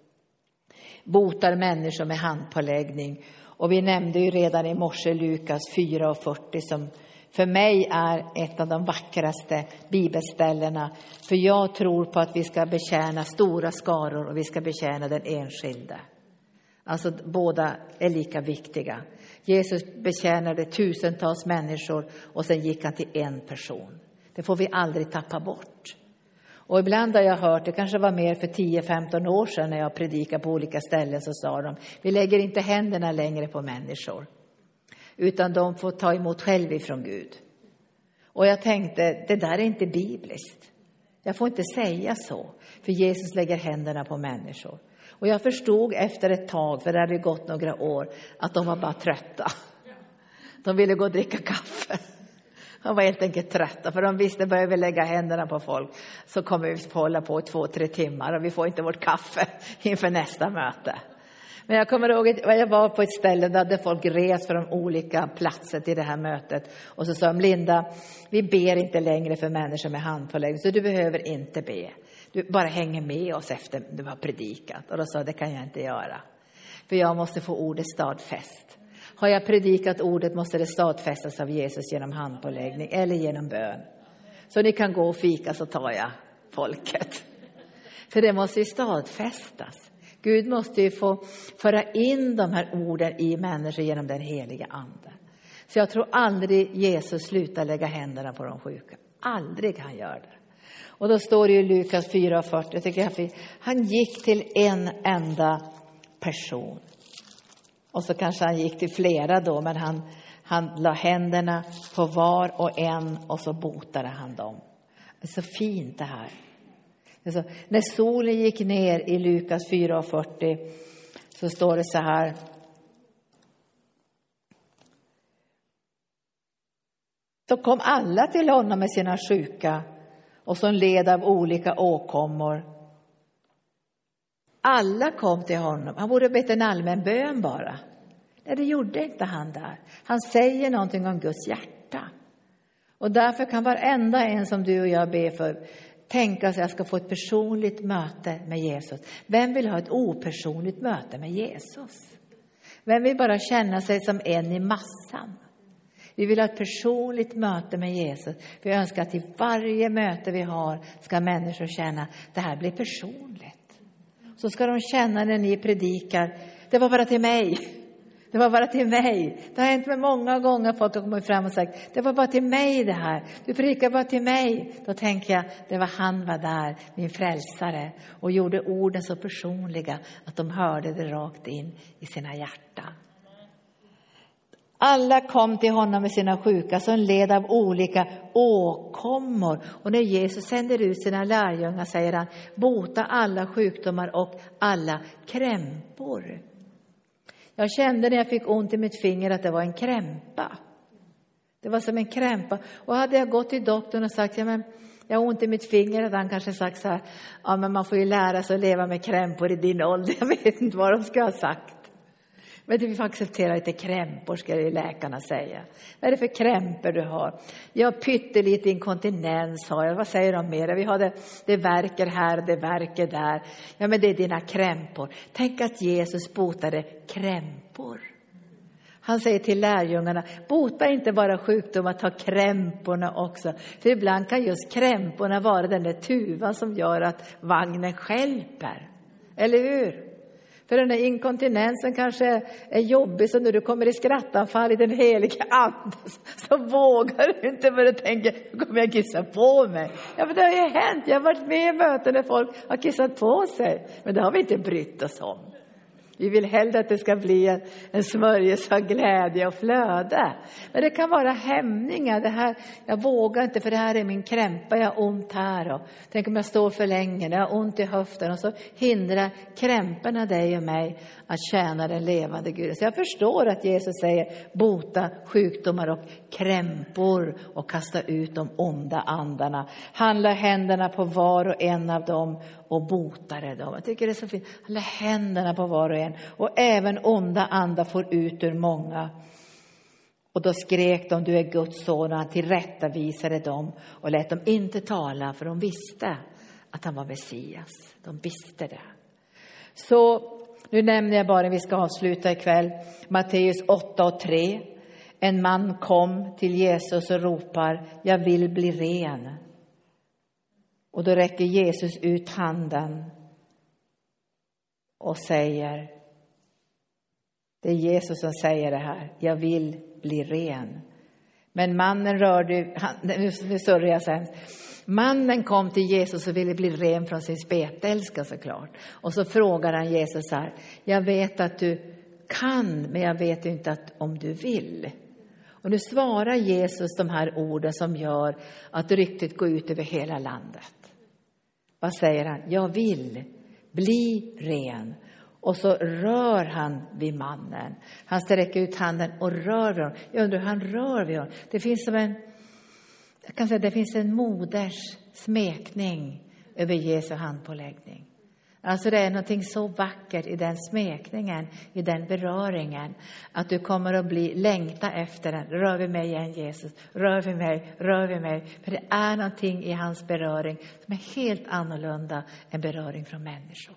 botar människor med handpåläggning. Och vi nämnde ju redan i morse Lukas fyra och fyrtio som för mig är ett av de vackraste bibelställena. För jag tror på att vi ska betjäna stora skaror och vi ska betjäna den enskilde. Alltså båda är lika viktiga. Jesus betjänade tusentals människor och sen gick han till en person. Det får vi aldrig tappa bort. Och ibland har jag hört, det kanske var mer för tio femton år sedan när jag predikade på olika ställen, så sa de: vi lägger inte händerna längre på människor. Utan de får ta emot själv ifrån Gud. Och jag tänkte, det där är inte bibliskt. Jag får inte säga så, för Jesus lägger händerna på människor. Och jag förstod efter ett tag, för det hade gått några år, att de var bara trötta. De ville gå och dricka kaffe. De var helt enkelt trötta, för de visste att börjar vi lägga händerna på folk så kommer vi få hålla på i två, tre timmar och vi får inte vårt kaffe inför nästa möte. Men jag kommer ihåg att jag var på ett ställe där hade folk rest från olika platser till det här mötet. Och så sa de, Linda, vi ber inte längre för människor med handpåläggning, så du behöver inte be. Du bara hänger med oss efter du har predikat. Och då sa jag, det kan jag inte göra. För jag måste få ordet stadfäst. Har jag predikat ordet måste det stadfästas av Jesus genom handpåläggning eller genom bön. Så ni kan gå och fika, så tar jag folket. För det måste ju stadfästas. Gud måste ju få föra in de här orden i människor genom den heliga ande. Så jag tror aldrig Jesus slutar lägga händerna på de sjuka. Aldrig han gör det. Och då står det i Lukas fyra fyrtio, jag tycker jag, han gick till en enda person. Och så kanske han gick till flera då, men han, han la händerna på var och en och så botade han dem. Det är så fint det här. Alltså, när solen gick ner i Lukas fyra fyrtio så står det så här. Så kom alla till honom med sina sjuka och som led av olika åkommor. Alla kom till honom. Han borde bett en allmän bön bara. Nej, det gjorde inte han där. Han säger någonting om Guds hjärta. Och därför kan varenda en som du och jag ber för tänka sig att jag ska få ett personligt möte med Jesus. Vem vill ha ett opersonligt möte med Jesus? Vem vill bara känna sig som en i massan? Vi vill ha ett personligt möte med Jesus. Vi önskar att i varje möte vi har ska människor känna att det här blir personligt. Så ska de känna när ni predikar, det var bara till mig. Det var bara till mig. Det har hänt med många gånger folk har kommit fram och sagt, det var bara till mig det här. Du predikar bara till mig. Då tänker jag, det var han var där, min frälsare. Och gjorde orden så personliga att de hörde det rakt in i sina hjärtan. Alla kom till honom med sina sjuka som led av olika åkommor. Och när Jesus sänder ut sina lärjungar säger han, bota alla sjukdomar och alla krämpor. Jag kände när jag fick ont i mitt finger att det var en krämpa. Det var som en krämpa. Och hade jag gått till doktorn och sagt, ja men jag har ont i mitt finger, hade han kanske sagt så här, ja men man får ju lära sig att leva med krämpor i din ålder. Jag vet inte vad de ska ha sagt. Men du får acceptera lite krämpor, ska ju läkarna säga. Vad är det för krämpor du har? Jag pyttelite inkontinens har jag. Vad säger de mer? Vi har det, det verkar här, det verkar där. Ja, men det är dina krämpor. Tänk att Jesus botade krämpor. Han säger till lärjungarna, bota inte bara sjukdomar, ta krämporna också. För ibland kan just krämporna vara den där tuvan som gör att vagnen stjälper. Eller hur? För den där inkontinensen kanske är jobbig, så när du kommer i skrattanfall i den heliga ande så vågar du inte, för du tänker, nu kommer jag kissa på mig. Ja, men det har ju hänt. Jag har varit med i möten där folk har kissat på sig. Men det har vi inte brytt oss om. Vi vill hellre att det ska bli en, en smörjelse av glädje och flöde. Men det kan vara hämningar. Det här, jag vågar inte för det här är min krämpa. Jag har ont här. Och tänk om jag står för länge. Jag har ont i höften. Och så hindrar krämporna dig och mig att tjäna den levande Gud. Så jag förstår att Jesus säger bota sjukdomar och krämpor och kasta ut de onda andarna. Han la händerna på var och en av dem och botade dem. Jag tycker det är så fint. Han la händerna på var och en. Och även onda andar får ut ur många. Och då skrek de, du är Guds son, och han tillrättavisade dem och lät dem inte tala, för de visste att han var Messias. De visste det. Så nu nämner jag bara, vi ska avsluta ikväll, Matteus åtta och tre. En man kom till Jesus och ropar, jag vill bli ren. Och då räcker Jesus ut handen och säger, det är Jesus som säger det här, jag vill bli ren. Men mannen rörde, han, nu, nu sörjer jag sen. Mannen kom till Jesus och ville bli ren från sin spetälska såklart. Och så frågar han Jesus här, jag vet att du kan, men jag vet inte att om du vill. Och nu svarar Jesus de här orden som gör att ryktet går ut över hela landet. Vad säger han? Jag vill bli ren. Och så rör han vid mannen. Han sträcker ut handen och rör vid honom. Jag undrar hur han rör vid honom. Det finns som en, jag kan säga, det finns en moders smekning över Jesu handpåläggning. Alltså det är någonting så vackert i den smekningen, i den beröringen, att du kommer att bli längta efter den. Rör vid mig igen, Jesus. Rör vid mig, rör vid mig. För det är någonting i hans beröring som är helt annorlunda än beröring från människor.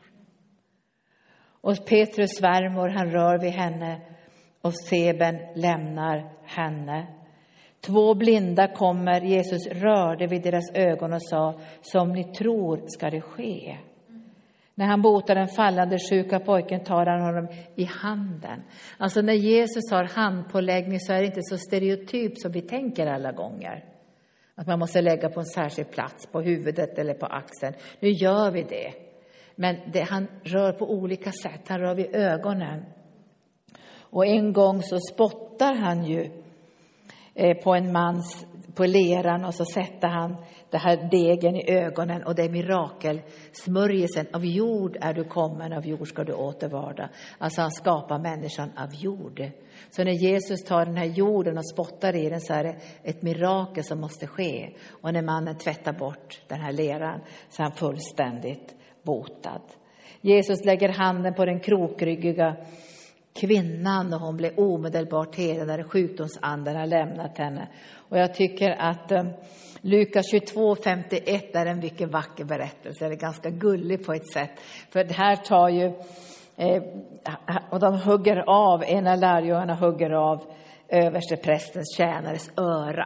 Och Petrus svärmor, han rör vid henne och Seben lämnar henne. Två blinda kommer, Jesus rörde vid deras ögon och sa, som ni tror ska det ske. När han botar den fallande sjuka pojken tar han honom i handen. Alltså när Jesus har handpåläggning så är det inte så stereotyp som vi tänker alla gånger. Att man måste lägga på en särskild plats, på huvudet eller på axeln. Nu gör vi det. Men det, han rör på olika sätt. Han rör vid ögonen. Och en gång så spottar han ju eh, på en mans, på leran, och så sätter han det här degen i ögonen, och det är mirakel. Smörjelsen av jord är du kommen, av jord ska du återvarda. Alltså han skapar människan av jord. Så när Jesus tar den här jorden och spottar i den så är det ett mirakel som måste ske. Och när mannen tvättar bort den här leran så är han fullständigt botad. Jesus lägger handen på den krokryggiga kvinnan och hon blev omedelbart hel när sjukdomsanden har lämnat henne. Och jag tycker att um, Lukas tjugotvå femtioett är en mycket vacker berättelse. Det är ganska gullig på ett sätt. För det här tar ju, eh, och de hugger av, ena lärjungarna hugger av översteprästens tjänares öra.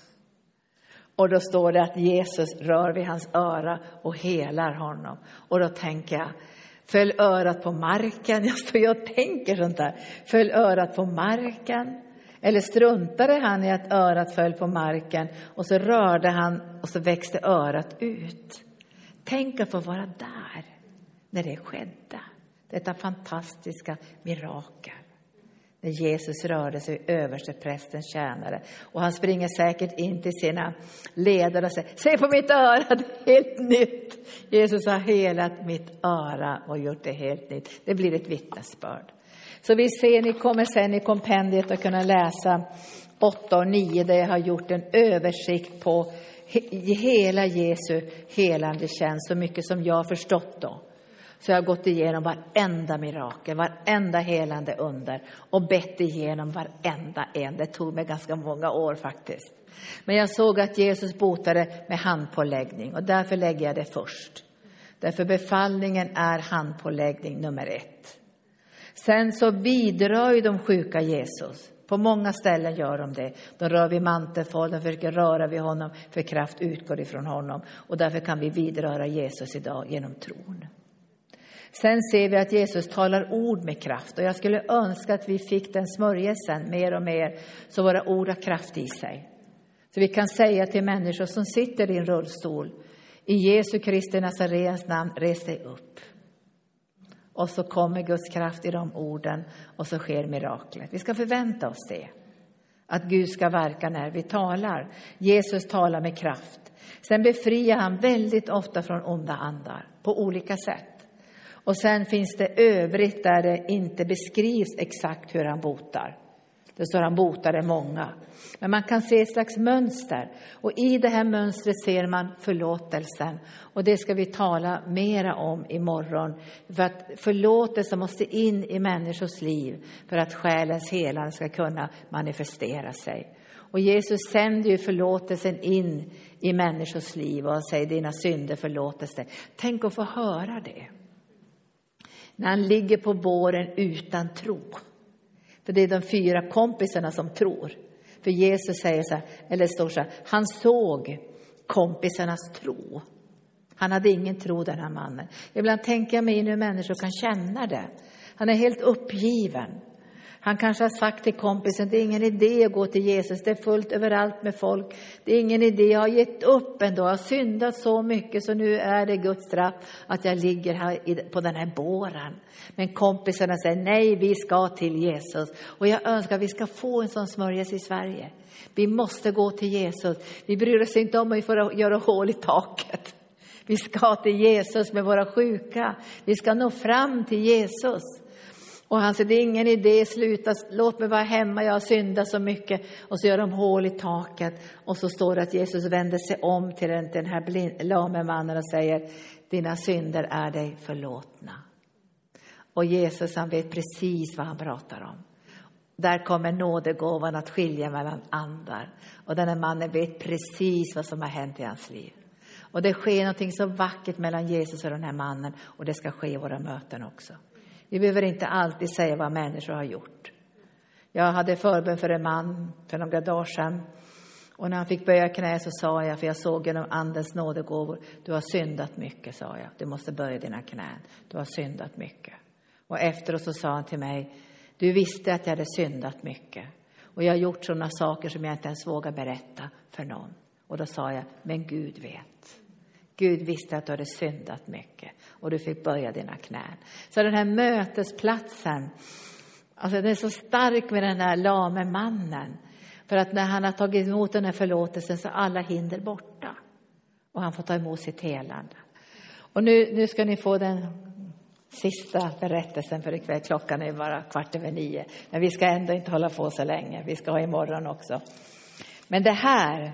Och då står det att Jesus rör vid hans öra och helar honom. Och då tänker jag, föll örat på marken? Jag står och tänker sånt där. Föll örat på marken? Eller struntade han i att örat föll på marken och så rörde han och så växte örat ut? Tänk att få vara där när det skedde. Detta fantastiska mirakel. När Jesus rörde sig överste prästens tjänare. Och han springer säkert in till sina ledare och säger, se på mitt öra, det är helt nytt. Jesus har helat mitt öra och gjort det helt nytt. Det blir ett vittnesbörd. Så vi ser, ni kommer sen i kompendiet att kunna läsa åtta och nio där jag har gjort en översikt på hela Jesu helande tjänst. Så mycket som jag har förstått då. Så jag har gått igenom varenda mirakel, varenda helande under och bett igenom varenda en. Det tog mig ganska många år faktiskt. Men jag såg att Jesus botade med handpåläggning och därför lägger jag det först. Därför befallningen är handpåläggning nummer ett. Sen så vidrör ju de sjuka Jesus. På många ställen gör de det. De rör vid mantelfåll, de försöker röra vid honom för kraft utgår ifrån honom. Och därför kan vi vidröra Jesus idag genom tron. Sen ser vi att Jesus talar ord med kraft. Och jag skulle önska att vi fick den smörjelsen mer och mer. Så våra ord har kraft i sig. Så vi kan säga till människor som sitter i en rullstol. I Jesu Kristi Nazarens namn, res dig upp. Och så kommer Guds kraft i de orden. Och så sker miraklet. Vi ska förvänta oss det. Att Gud ska verka när vi talar. Jesus talar med kraft. Sen befriar han väldigt ofta från onda andar. På olika sätt. Och sen finns det övrigt där det inte beskrivs exakt hur han botar. Det står han botade många. Men man kan se ett slags mönster. Och i det här mönstret ser man förlåtelsen. Och det ska vi tala mera om imorgon. För att förlåtelse måste in i människors liv. För att själens helande ska kunna manifestera sig. Och Jesus sänder ju förlåtelsen in i människors liv. Och säger dina synder förlåtes dig. Tänk att få höra det. När han ligger på båren utan tro. För det är de fyra kompisarna som tror. För Jesus säger så här, eller står så här, han såg kompisarnas tro. Han hade ingen tro, den här mannen. Ibland tänker jag mig in hur människor kan känna det. Han är helt uppgiven. Han kanske har sagt till kompisen, det är ingen idé att gå till Jesus. Det är fullt överallt med folk. Det är ingen idé, jag har gett upp ändå. Jag har syndat så mycket så nu är det Guds straff att jag ligger här på den här båren. Men kompisarna säger, nej vi ska till Jesus. Och jag önskar att vi ska få en sån smörjelse i Sverige. Vi måste gå till Jesus. Vi bryr oss inte om att vi får göra hål i taket. Vi ska till Jesus med våra sjuka. Vi ska nå fram till Jesus. Och han säger, det är ingen idé, sluta, låt mig vara hemma, jag har syndat så mycket. Och så gör de hål i taket. Och så står det att Jesus vänder sig om till den, till den här blind, lame mannen och säger, dina synder är dig förlåtna. Och Jesus, han vet precis vad han pratar om. Där kommer nådegåvan att skilja mellan andar. Och den här mannen vet precis vad som har hänt i hans liv. Och det sker någonting så vackert mellan Jesus och den här mannen. Och det ska ske i våra möten också. Vi behöver inte alltid säga vad människor har gjort. Jag hade förbön för en man för några dagar sedan. Och när han fick böja knä så sa jag, för jag såg genom andens nådegåvor, du har syndat mycket, sa jag. Du måste böja dina knän. Du har syndat mycket. Och efteråt så sa han till mig, du visste att jag hade syndat mycket. Och jag har gjort sådana saker som jag inte ens vågar berätta för någon. Och då sa jag, men Gud vet. Gud visste att du hade syndat mycket. Och du fick böja dina knän. Så den här mötesplatsen. Alltså det är så stark med den här lame mannen. För att när han har tagit emot den här förlåtelsen så är alla hinder borta. Och han får ta emot sitt helande. Och nu, nu ska ni få den sista berättelsen för ikväll. Klockan är bara kvart över nio. Men vi ska ändå inte hålla på så länge. Vi ska ha imorgon också. Men det här...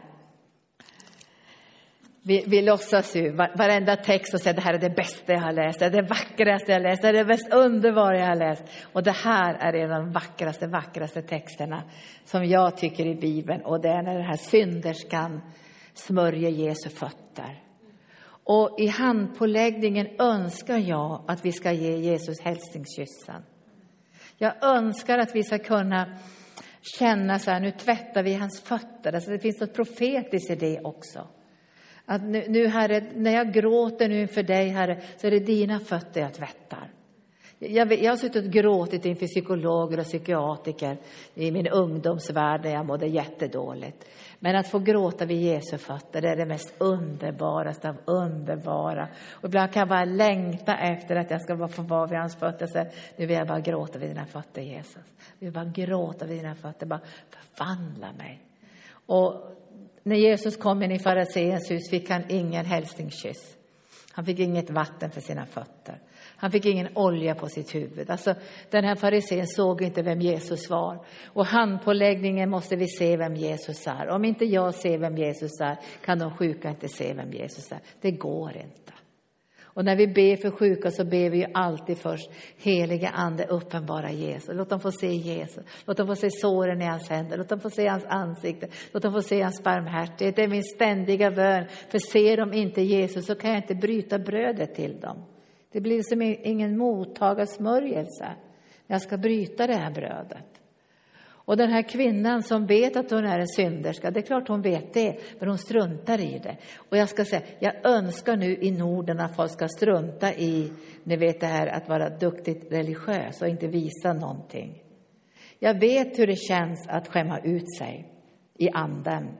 Vi, vi låtsas ju, varenda text och säger det här är det bästa jag har läst, det är det vackraste jag har läst, det är det mest underbara jag har läst. Och det här är en av de vackraste, vackraste texterna som jag tycker i Bibeln. Och det är när den här synderskan smörjer Jesu fötter. Och i handpåläggningen önskar jag att vi ska ge Jesus hälsningskyssen. Jag önskar att vi ska kunna känna så här, nu tvättar vi hans fötter. Alltså det finns något profetiskt i det också. Att nu, nu Herre, när jag gråter nu inför dig Herre, så är det dina fötter jag tvättar. Jag, jag har suttit och gråtit inför psykologer och psykiatriker i min ungdomsvärld när jag mådde jättedåligt. Men att få gråta vid Jesu fötter, det är det mest underbaraste av underbara. Och ibland kan jag bara längta efter att jag ska bara få vara vid hans fötter. Så nu vill jag bara gråta vid dina fötter, Jesus. Jag vill bara gråta vid dina fötter, bara förvandla mig. Och när Jesus kom in i fariséens hus fick han ingen hälsningskyss. Han fick inget vatten för sina fötter. Han fick ingen olja på sitt huvud. Alltså, den här farisén såg inte vem Jesus var. Och handpåläggningen måste vi se vem Jesus är. Om inte jag ser vem Jesus är, kan de sjuka inte se vem Jesus är. Det går inte. Och när vi ber för sjuka så ber vi ju alltid först, heliga ande uppenbara Jesus. Låt dem få se Jesus. Låt dem få se såren i hans händer. Låt dem få se hans ansikte. Låt dem få se hans barmhärtighet. Det är min ständiga bön. För ser de inte Jesus så kan jag inte bryta brödet till dem. Det blir som ingen mottagarsmörjelse när jag ska bryta det här brödet. Och den här kvinnan som vet att hon är en synderska, det är klart hon vet det, men hon struntar i det. Och jag ska säga, jag önskar nu i Norden att folk ska strunta i, ni vet det här att vara duktigt religiös och inte visa någonting. Jag vet hur det känns att skämma ut sig i anden.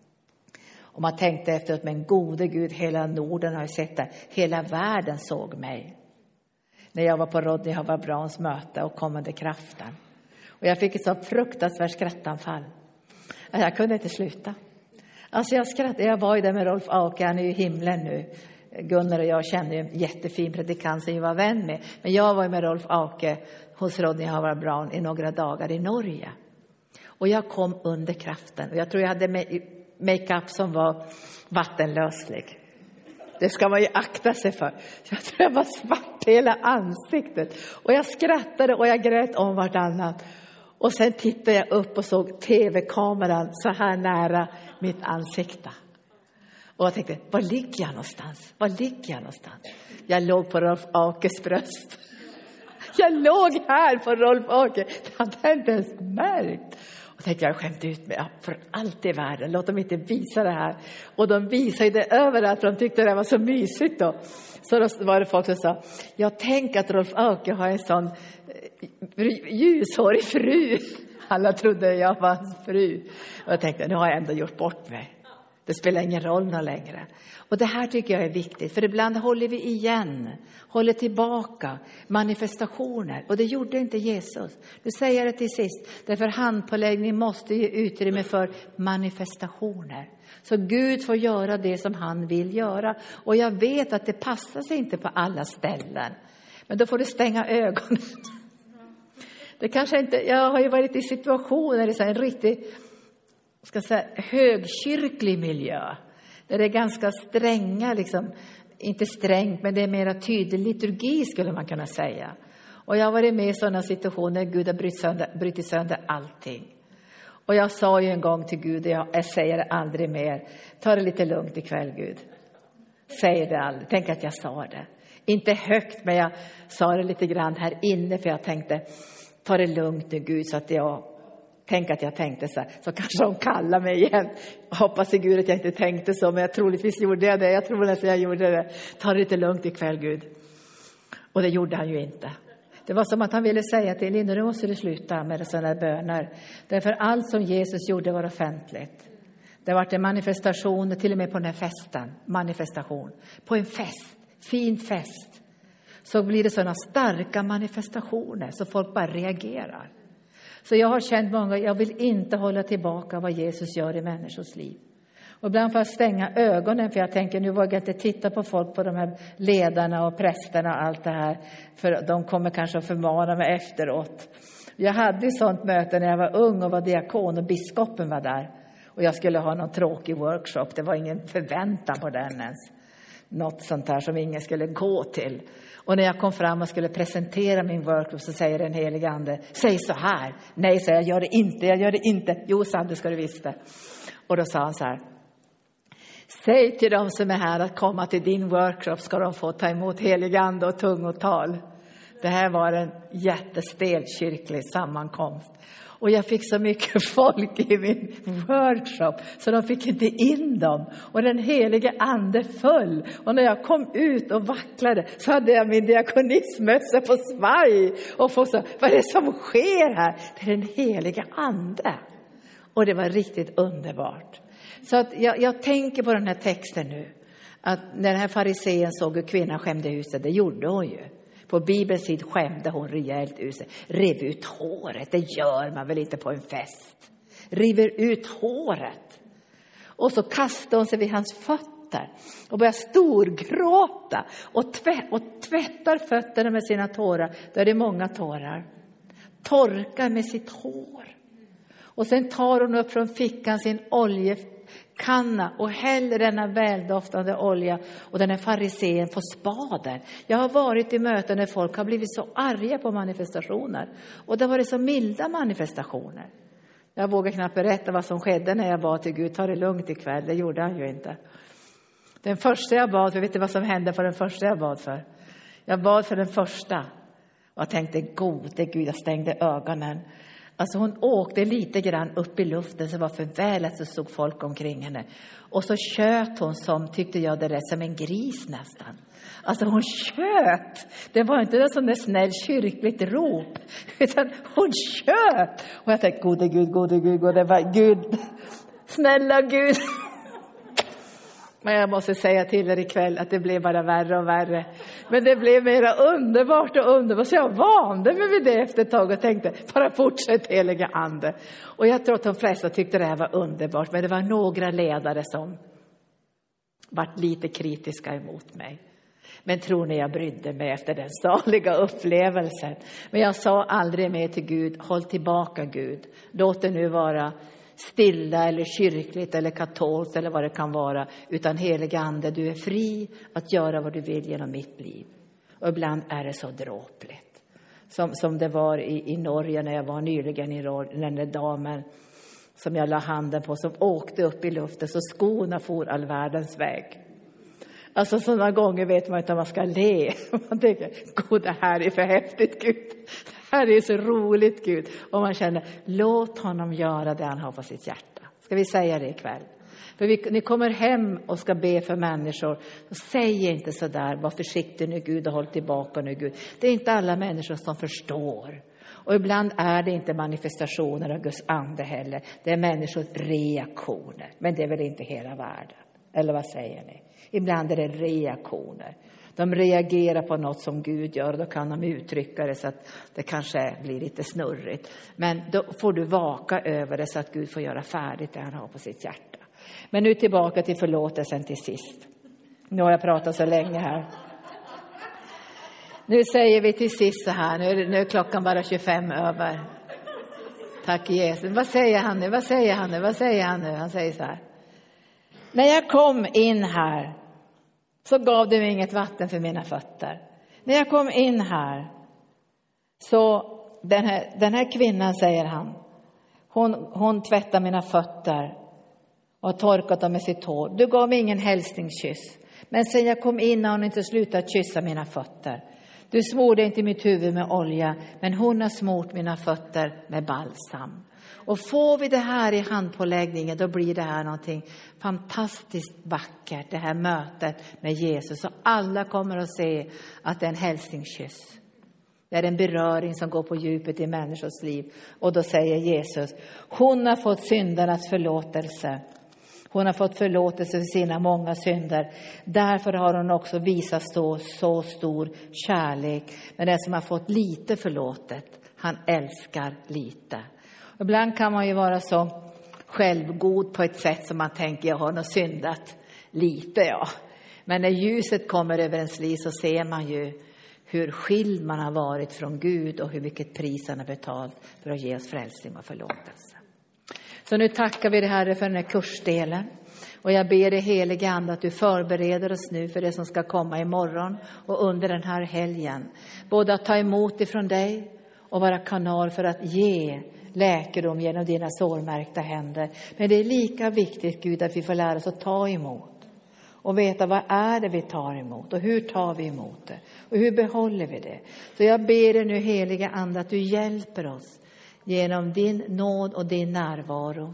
Och man tänkte efteråt, men gode Gud, hela Norden har ju sett det. Hela världen såg mig. När jag var på Rodney Howard Browns möte och kommande kraften. Och jag fick ett så fruktansvärt skrattanfall. Jag kunde inte sluta. Alltså jag skrattade. Jag var ju där med Rolf Auke, han är ju i himlen nu. Gunnar och jag kände ju en jättefin predikant som jag var vän med. Men jag var ju med Rolf Auke hos Rodney Howard Brown i några dagar i Norge. Och jag kom under kraften. Och jag tror jag hade make-up som var vattenlöslig. Det ska man ju akta sig för. Så jag tror jag var svart i hela ansiktet. Och jag skrattade och jag grät om vartannat. Och sen tittade jag upp och såg tv-kameran så här nära mitt ansikte. Och jag tänkte, var ligger jag någonstans? Var ligger jag någonstans? Jag låg på Rolf Aukes bröst. Jag låg här på Rolf Auke. Det hade jag inte ens märkt. Och tänkte jag skämt ut mig för allt i världen. Låt dem inte visa det här. Och de visade det överallt. För de tyckte det var så mysigt då. Så då var det folk som sa, jag tänker att Rolf Auke har en sån ljushårig fru. Alla trodde jag var hans fru. Och jag tänkte, nu har jag ändå gjort bort mig. Det spelar ingen roll någon längre. Och det här tycker jag är viktigt. För ibland håller vi igen. Håller tillbaka manifestationer. Och det gjorde inte Jesus. Nu säger jag det till sist. Därför handpåläggning måste ge utrymme för manifestationer. Så Gud får göra det som han vill göra. Och jag vet att det passar sig inte på alla ställen. Men då får du stänga ögonen. Det kanske inte, jag har ju varit i situationer i så en riktigt, ska säga, högkyrklig miljö. Där det är ganska stränga, liksom, inte strängt, men det är mera tydlig liturgi skulle man kunna säga. Och jag har varit med i sådana situationer där Gud har brutit sönder, brutit sönder allting. Och jag sa ju en gång till Gud, och jag, jag säger det aldrig mer. Ta det lite lugnt ikväll, Gud. Säg det aldrig. Tänk att jag sa det. Inte högt, men jag sa det lite grann här inne. För jag tänkte, ta det lugnt nu, Gud. Så att jag, tänk att jag tänkte så här. Så kanske de kallar mig igen. Jag hoppas i Gud att jag inte tänkte så. Men jag troligtvis gjorde jag det. Jag tror nästan jag gjorde det. Ta det lite lugnt ikväll, Gud. Och det gjorde han ju inte. Det var som att han ville säga till Linda, nu måste du sluta med sådana böner. Därför allt som Jesus gjorde var offentligt. Det var en manifestation, till och med på den här festen. Manifestation. På en fest, fin fest. Så blir det sådana starka manifestationer så folk bara reagerar. Så jag har känt många, jag vill inte hålla tillbaka vad Jesus gör i människors liv. Och ibland får jag stänga ögonen för jag tänker nu vågar jag inte titta på folk, på de här ledarna och prästerna och allt det här. För de kommer kanske att förmana mig efteråt. Jag hade ett sånt möte när jag var ung och var diakon och biskopen var där. Och jag skulle ha någon tråkig workshop, det var ingen förväntan på den ens. Något sånt här som ingen skulle gå till. Och när jag kom fram och skulle presentera min workshop så säger den helige ande, säg så här. Nej, så jag gör det inte, jag gör det inte. Jo, sa du, ska du visst det. Och då sa han så här. Säg till dem som är här att komma till din workshop ska de få ta emot helig ande och tungotal. Det här var en jättestel kyrklig sammankomst. Och jag fick så mycket folk i min workshop så de fick inte in dem. Och den helige ande föll. Och när jag kom ut och vacklade så hade jag min diakonismössa på svaj. Och folk sa, vad är det som sker här? Det är den helige ande. Och det var riktigt underbart. Så att jag, jag tänker på den här texten nu. Att när den här farisén såg hur kvinnan skämde ut sig, det gjorde hon ju. På Bibelns tid skämde hon rejält ut sig. Rev ut håret, det gör man väl inte på en fest. River ut håret. Och så kastade hon sig vid hans fötter. Och började storgråta. Och, tvätt, och tvättar fötterna med sina tårar. Där är det många tårar. Torkar med sitt hår. Och sen tar hon upp från fickan sin oljekanna och häller denna väldoftande olja. Och den här farisén får spaden. Jag har varit i möten där folk har blivit så arga på manifestationer. Och det var det så milda manifestationer. Jag vågar knappt berätta vad som skedde när jag bad till Gud. Ta det lugnt ikväll, det gjorde han ju inte. Den första jag bad för, vet du vad som hände för den första jag bad för? Jag bad för den första. Och jag tänkte, gode Gud, jag stängde ögonen. Alltså hon åkte lite grann upp i luften så var för väl att så stod folk omkring henne. Och så tjöt hon som, tyckte jag det rätt, som en gris nästan. Alltså hon tjöt. Det var inte något sån där snäll kyrkligt rop. Utan hon tjöt. Och jag tänkte, gode Gud, gode Gud, gode Gud. Snälla Gud. Men jag måste säga till er ikväll att det blev bara värre och värre. Men det blev mera underbart och underbart. Så jag vande mig vid det efter ett tag och tänkte, bara fortsätt heliga ande. Och jag tror att de flesta tyckte det här var underbart. Men det var några ledare som var lite kritiska emot mig. Men tror ni jag brydde mig efter den saliga upplevelsen? Men jag sa aldrig mer till Gud, håll tillbaka Gud. Låt det nu vara stilla eller kyrkligt eller katolskt eller vad det kan vara. Utan heliga ande, du är fri att göra vad du vill genom mitt liv. Och ibland är det så dråpligt. Som, som det var i, i Norge när jag var nyligen i Norge. Den där damen som jag la handen på som åkte upp i luften så skorna for all världens väg. Alltså sådana gånger vet man inte om man ska le. Man tänker, god det här är för häftigt Gud. Det här är så roligt Gud. Och man känner, låt honom göra det han har på sitt hjärta. Ska vi säga det ikväll? För vi, ni kommer hem och ska be för människor. Så säg inte så där, var försiktig nu Gud och håll tillbaka nu Gud. Det är inte alla människor som förstår. Och ibland är det inte manifestationer av Guds ande heller. Det är människors reaktioner. Men det är väl inte hela världen. Eller vad säger ni? Ibland är det reaktioner. De reagerar på något som Gud gör. Då kan de uttrycka det så att det kanske blir lite snurrigt. Men då får du vaka över det så att Gud får göra färdigt det han har på sitt hjärta. Men nu tillbaka till förlåtelsen till sist. Nu har jag pratat så länge här. Nu säger vi till sist så här. Nu är, nu är klockan bara tjugofem över. Tack Jesus. Vad säger han nu? Vad säger han nu? Vad säger han nu? Han säger så här. När jag kom in här så gav du mig inget vatten för mina fötter. När jag kom in här så den här, den här kvinnan, säger han. Hon, hon tvättar mina fötter och har torkat dem med sitt hår. Du gav mig ingen hälsningskyss. Men sen jag kom in har hon inte slutat kyssa mina fötter. Du smorde inte mitt huvud med olja, men hon har smort mina fötter med balsam. Och får vi det här i handpåläggningen, då blir det här någonting fantastiskt vackert. Det här mötet med Jesus. Och alla kommer att se att det är en hälsningskyss. Det är en beröring som går på djupet i människors liv. Och då säger Jesus, hon har fått syndernas förlåtelse. Hon har fått förlåtelse för sina många synder. Därför har hon också visat så, så stor kärlek. Men den som har fått lite förlåtet, han älskar lite. Och ibland kan man ju vara så självgod på ett sätt som man tänker, jag har nog syndat lite, ja. Men när ljuset kommer över ens liv så ser man ju hur skild man har varit från Gud och hur mycket pris han har betalt för att ge oss frälsning och förlåtelse. Så nu tackar vi dig, Herre, för den här kursdelen. Och jag ber dig, helige Ande, att du förbereder oss nu för det som ska komma imorgon och under den här helgen. Både att ta emot ifrån dig och vara kanal för att ge läkedom genom dina sårmärkta händer. Men det är lika viktigt, Gud, att vi får lära oss att ta emot. Och veta vad är det vi tar emot och hur tar vi emot det. Och hur behåller vi det. Så jag ber dig nu, heliga Ande, att du hjälper oss genom din nåd och din närvaro.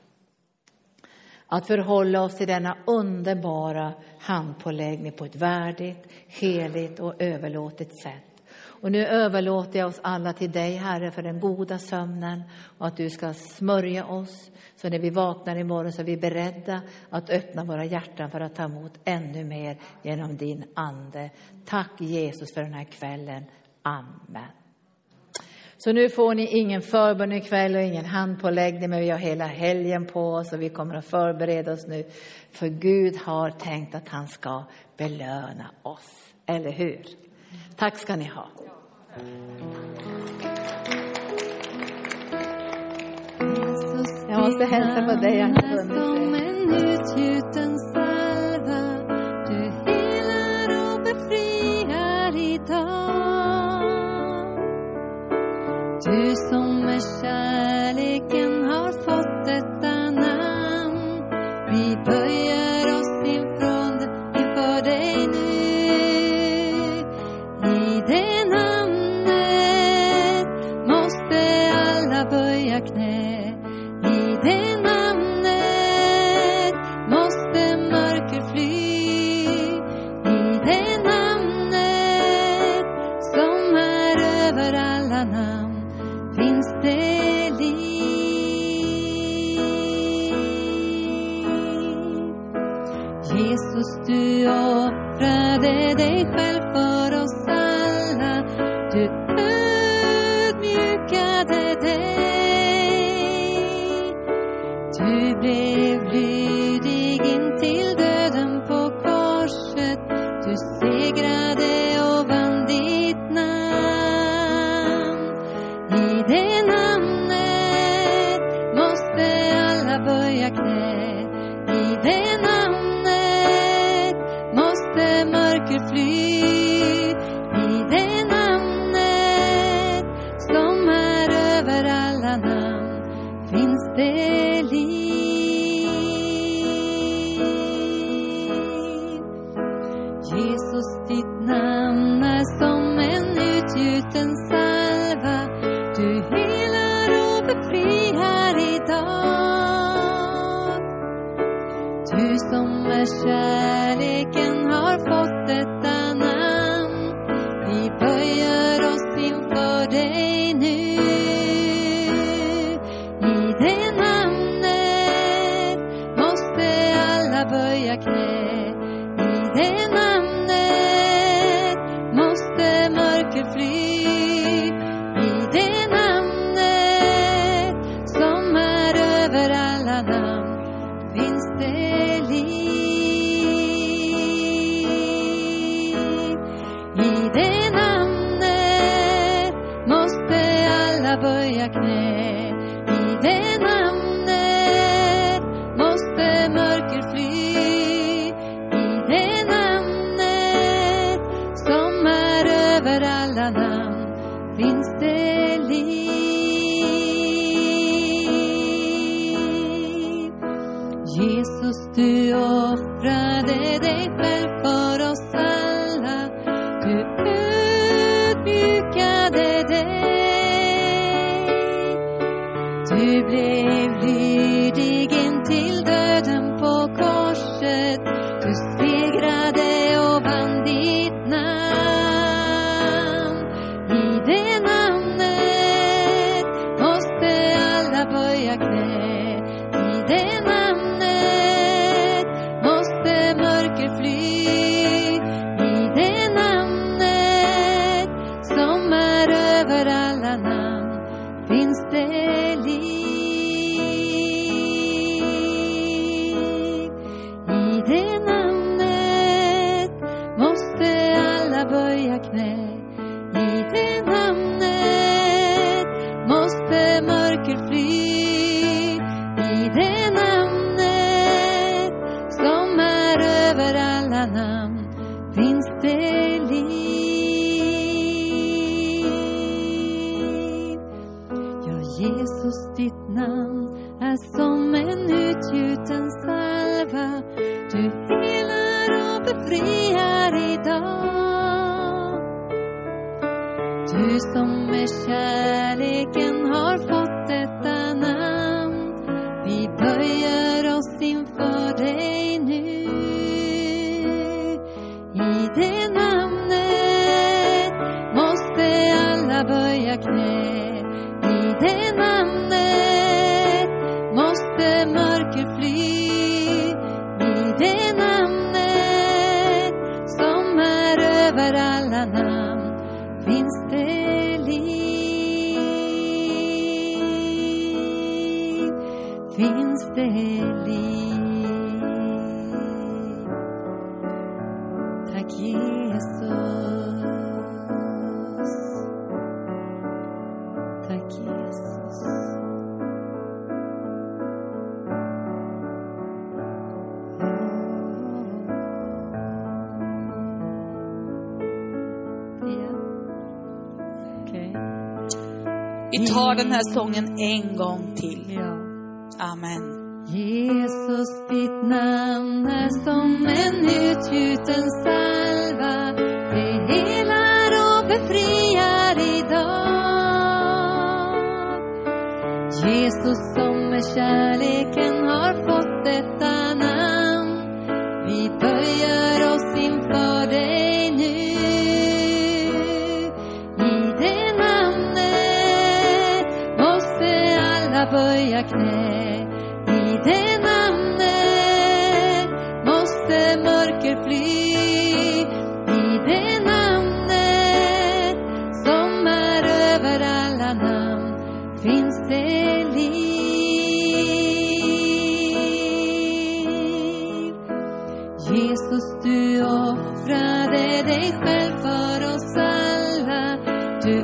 Att förhålla oss till denna underbara handpåläggning på ett värdigt, heligt och överlåtet sätt. Och nu överlåter jag oss alla till dig, Herre, för den goda sömnen. Och att du ska smörja oss. Så när vi vaknar imorgon så är vi beredda att öppna våra hjärtan för att ta emot ännu mer genom din ande. Tack Jesus för den här kvällen. Amen. Så nu får ni ingen förbön ikväll och ingen handpåläggning, men vi har hela helgen på oss och vi kommer att förbereda oss nu. För Gud har tänkt att han ska belöna oss, eller hur? Tack ska ni ha. Jag måste hälsa på dig, jag har som en utgjuten salva. Du helar och befriar idag. Du som med kärleken har fått detta namn. Vi böjer oss infrån inför dig nu. I det namnet måste alla böja knä. I det namnet måste mörker fly. I det namnet som är över alla namn finns det liv. Jesus, du offrade dig själv för oss alla. Du ödmjukade dig. Du blev lydig in till döden på korset. Du segrade och vann ditt namn. I det namnet måste alla böja knä. I det namnet måste mörker fly. I det namnet som är över alla namn finns det liv. Jesus, ditt namn är som en utgjuten salva. Du helar och befriar idag. Du som med kärleken har fått detta namn. Vi böjer oss inför dig nu. I det namnet måste alla böja knä. I det namnet måste mörker fly. I det namnet som är över alla namn finns det alla böja knä. I det namnet måste mörker fly. I det namnet som är över alla namn finns det liv. Jesus, du offrade dig själv för oss alla. Du ödmjukade dig. Du blev lydig in till döden på korset. Du segrade och vann ditt namn. I det namnet måste alla böja knä. I det namnet måste mörker fly. I det namnet som är över alla namn finns det liv. I det namnet måste alla böja knä. I det namnet måste mörker fly. I det namnet som är över alla namn finns det liv. Ja, Jesus, ditt namn är som en utgjuten salva. Du helar och befriar idag. Du som med kärleken har fått detta namn. Vi böjer oss inför dig nu. I det namnet måste alla böja knä. I det namnet måste mörker fly. I det namnet som är över alla namn finns det liv. Finns det liv. Tack Jesus. Tack Jesus. Ja. Okej. Vi tar den här sången en gång till. Ja. Amen. Jesus, ditt namn är som en utgjuten salva. Det helar och befriar idag. Jesus, som med kärleken har fått detta namn. Vi böjer oss inför dig nu. I det namnet måste alla böja knä. I det namnet måste mörker fly. I det namnet som är över alla namn finns det liv. Jesus, du offrade dig själv för oss alla. Du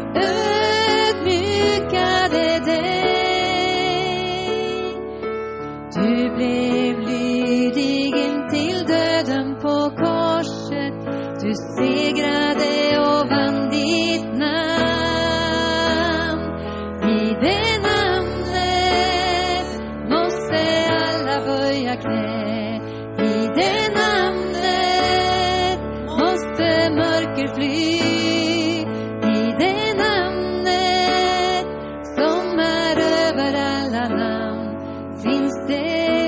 ödmjukade dig. Du blev lydig in till döden på korset. Du segrade och vann ditt namn. I det namnet måste alla böja knä. I det namnet måste mörker fly. I det namnet som är över alla namn finns det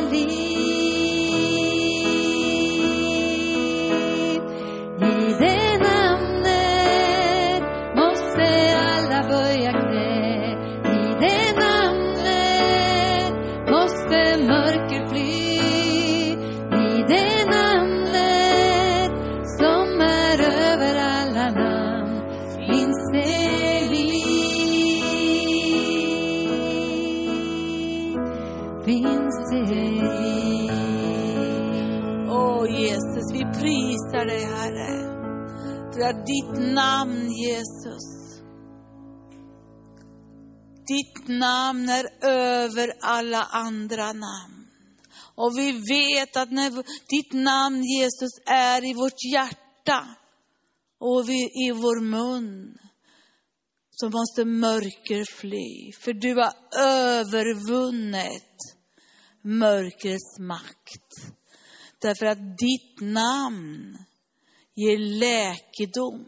liv. I det namnet måste alla böja knä. I det namnet måste mörker fly. I det namnet som är över alla namn finns det liv. Finns det liv. Åh Jesus, vi prisar dig Herre. För att ditt namn Jesus ditt namn är över alla andra namn. Och vi vet att när ditt namn Jesus är i vårt hjärta och vi, i vår mun, så måste mörker fly. För du har övervunnit mörkrets makt. Därför att ditt namn ger läkedom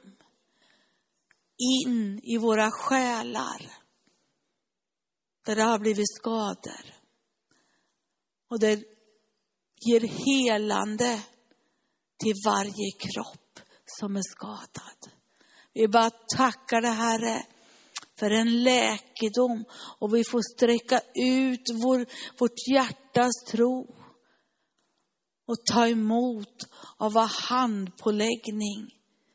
in i våra själar. Där det har blivit skador. Och det ger helande till varje kropp som är skadad. Vi bara tackar det, Herre, för en läkedom. Och vi får sträcka ut vår, vårt hjärtas tro. Och ta emot av vad handpåläggning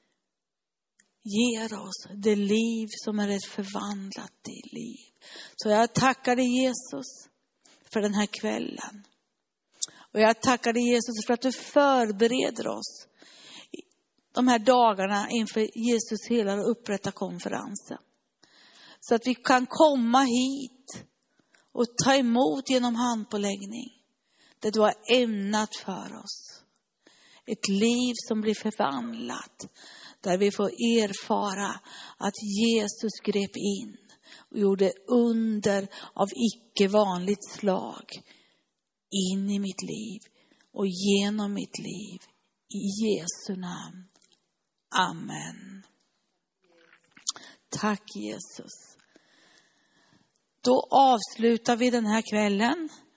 ger oss. Det liv som är ett förvandlat liv. Så jag tackar dig, Jesus, för den här kvällen. Och jag tackar dig, Jesus, för att du förbereder oss de här dagarna inför Jesus hela och upprätta konferensen. Så att vi kan komma hit och ta emot genom handpåläggning det du har ämnat för oss. Ett liv som blir förvandlat. Där vi får erfara att Jesus grep in och gjorde under av icke vanligt slag in i mitt liv och genom mitt liv. I Jesu namn. Amen. Tack Jesus. Då avslutar vi den här kvällen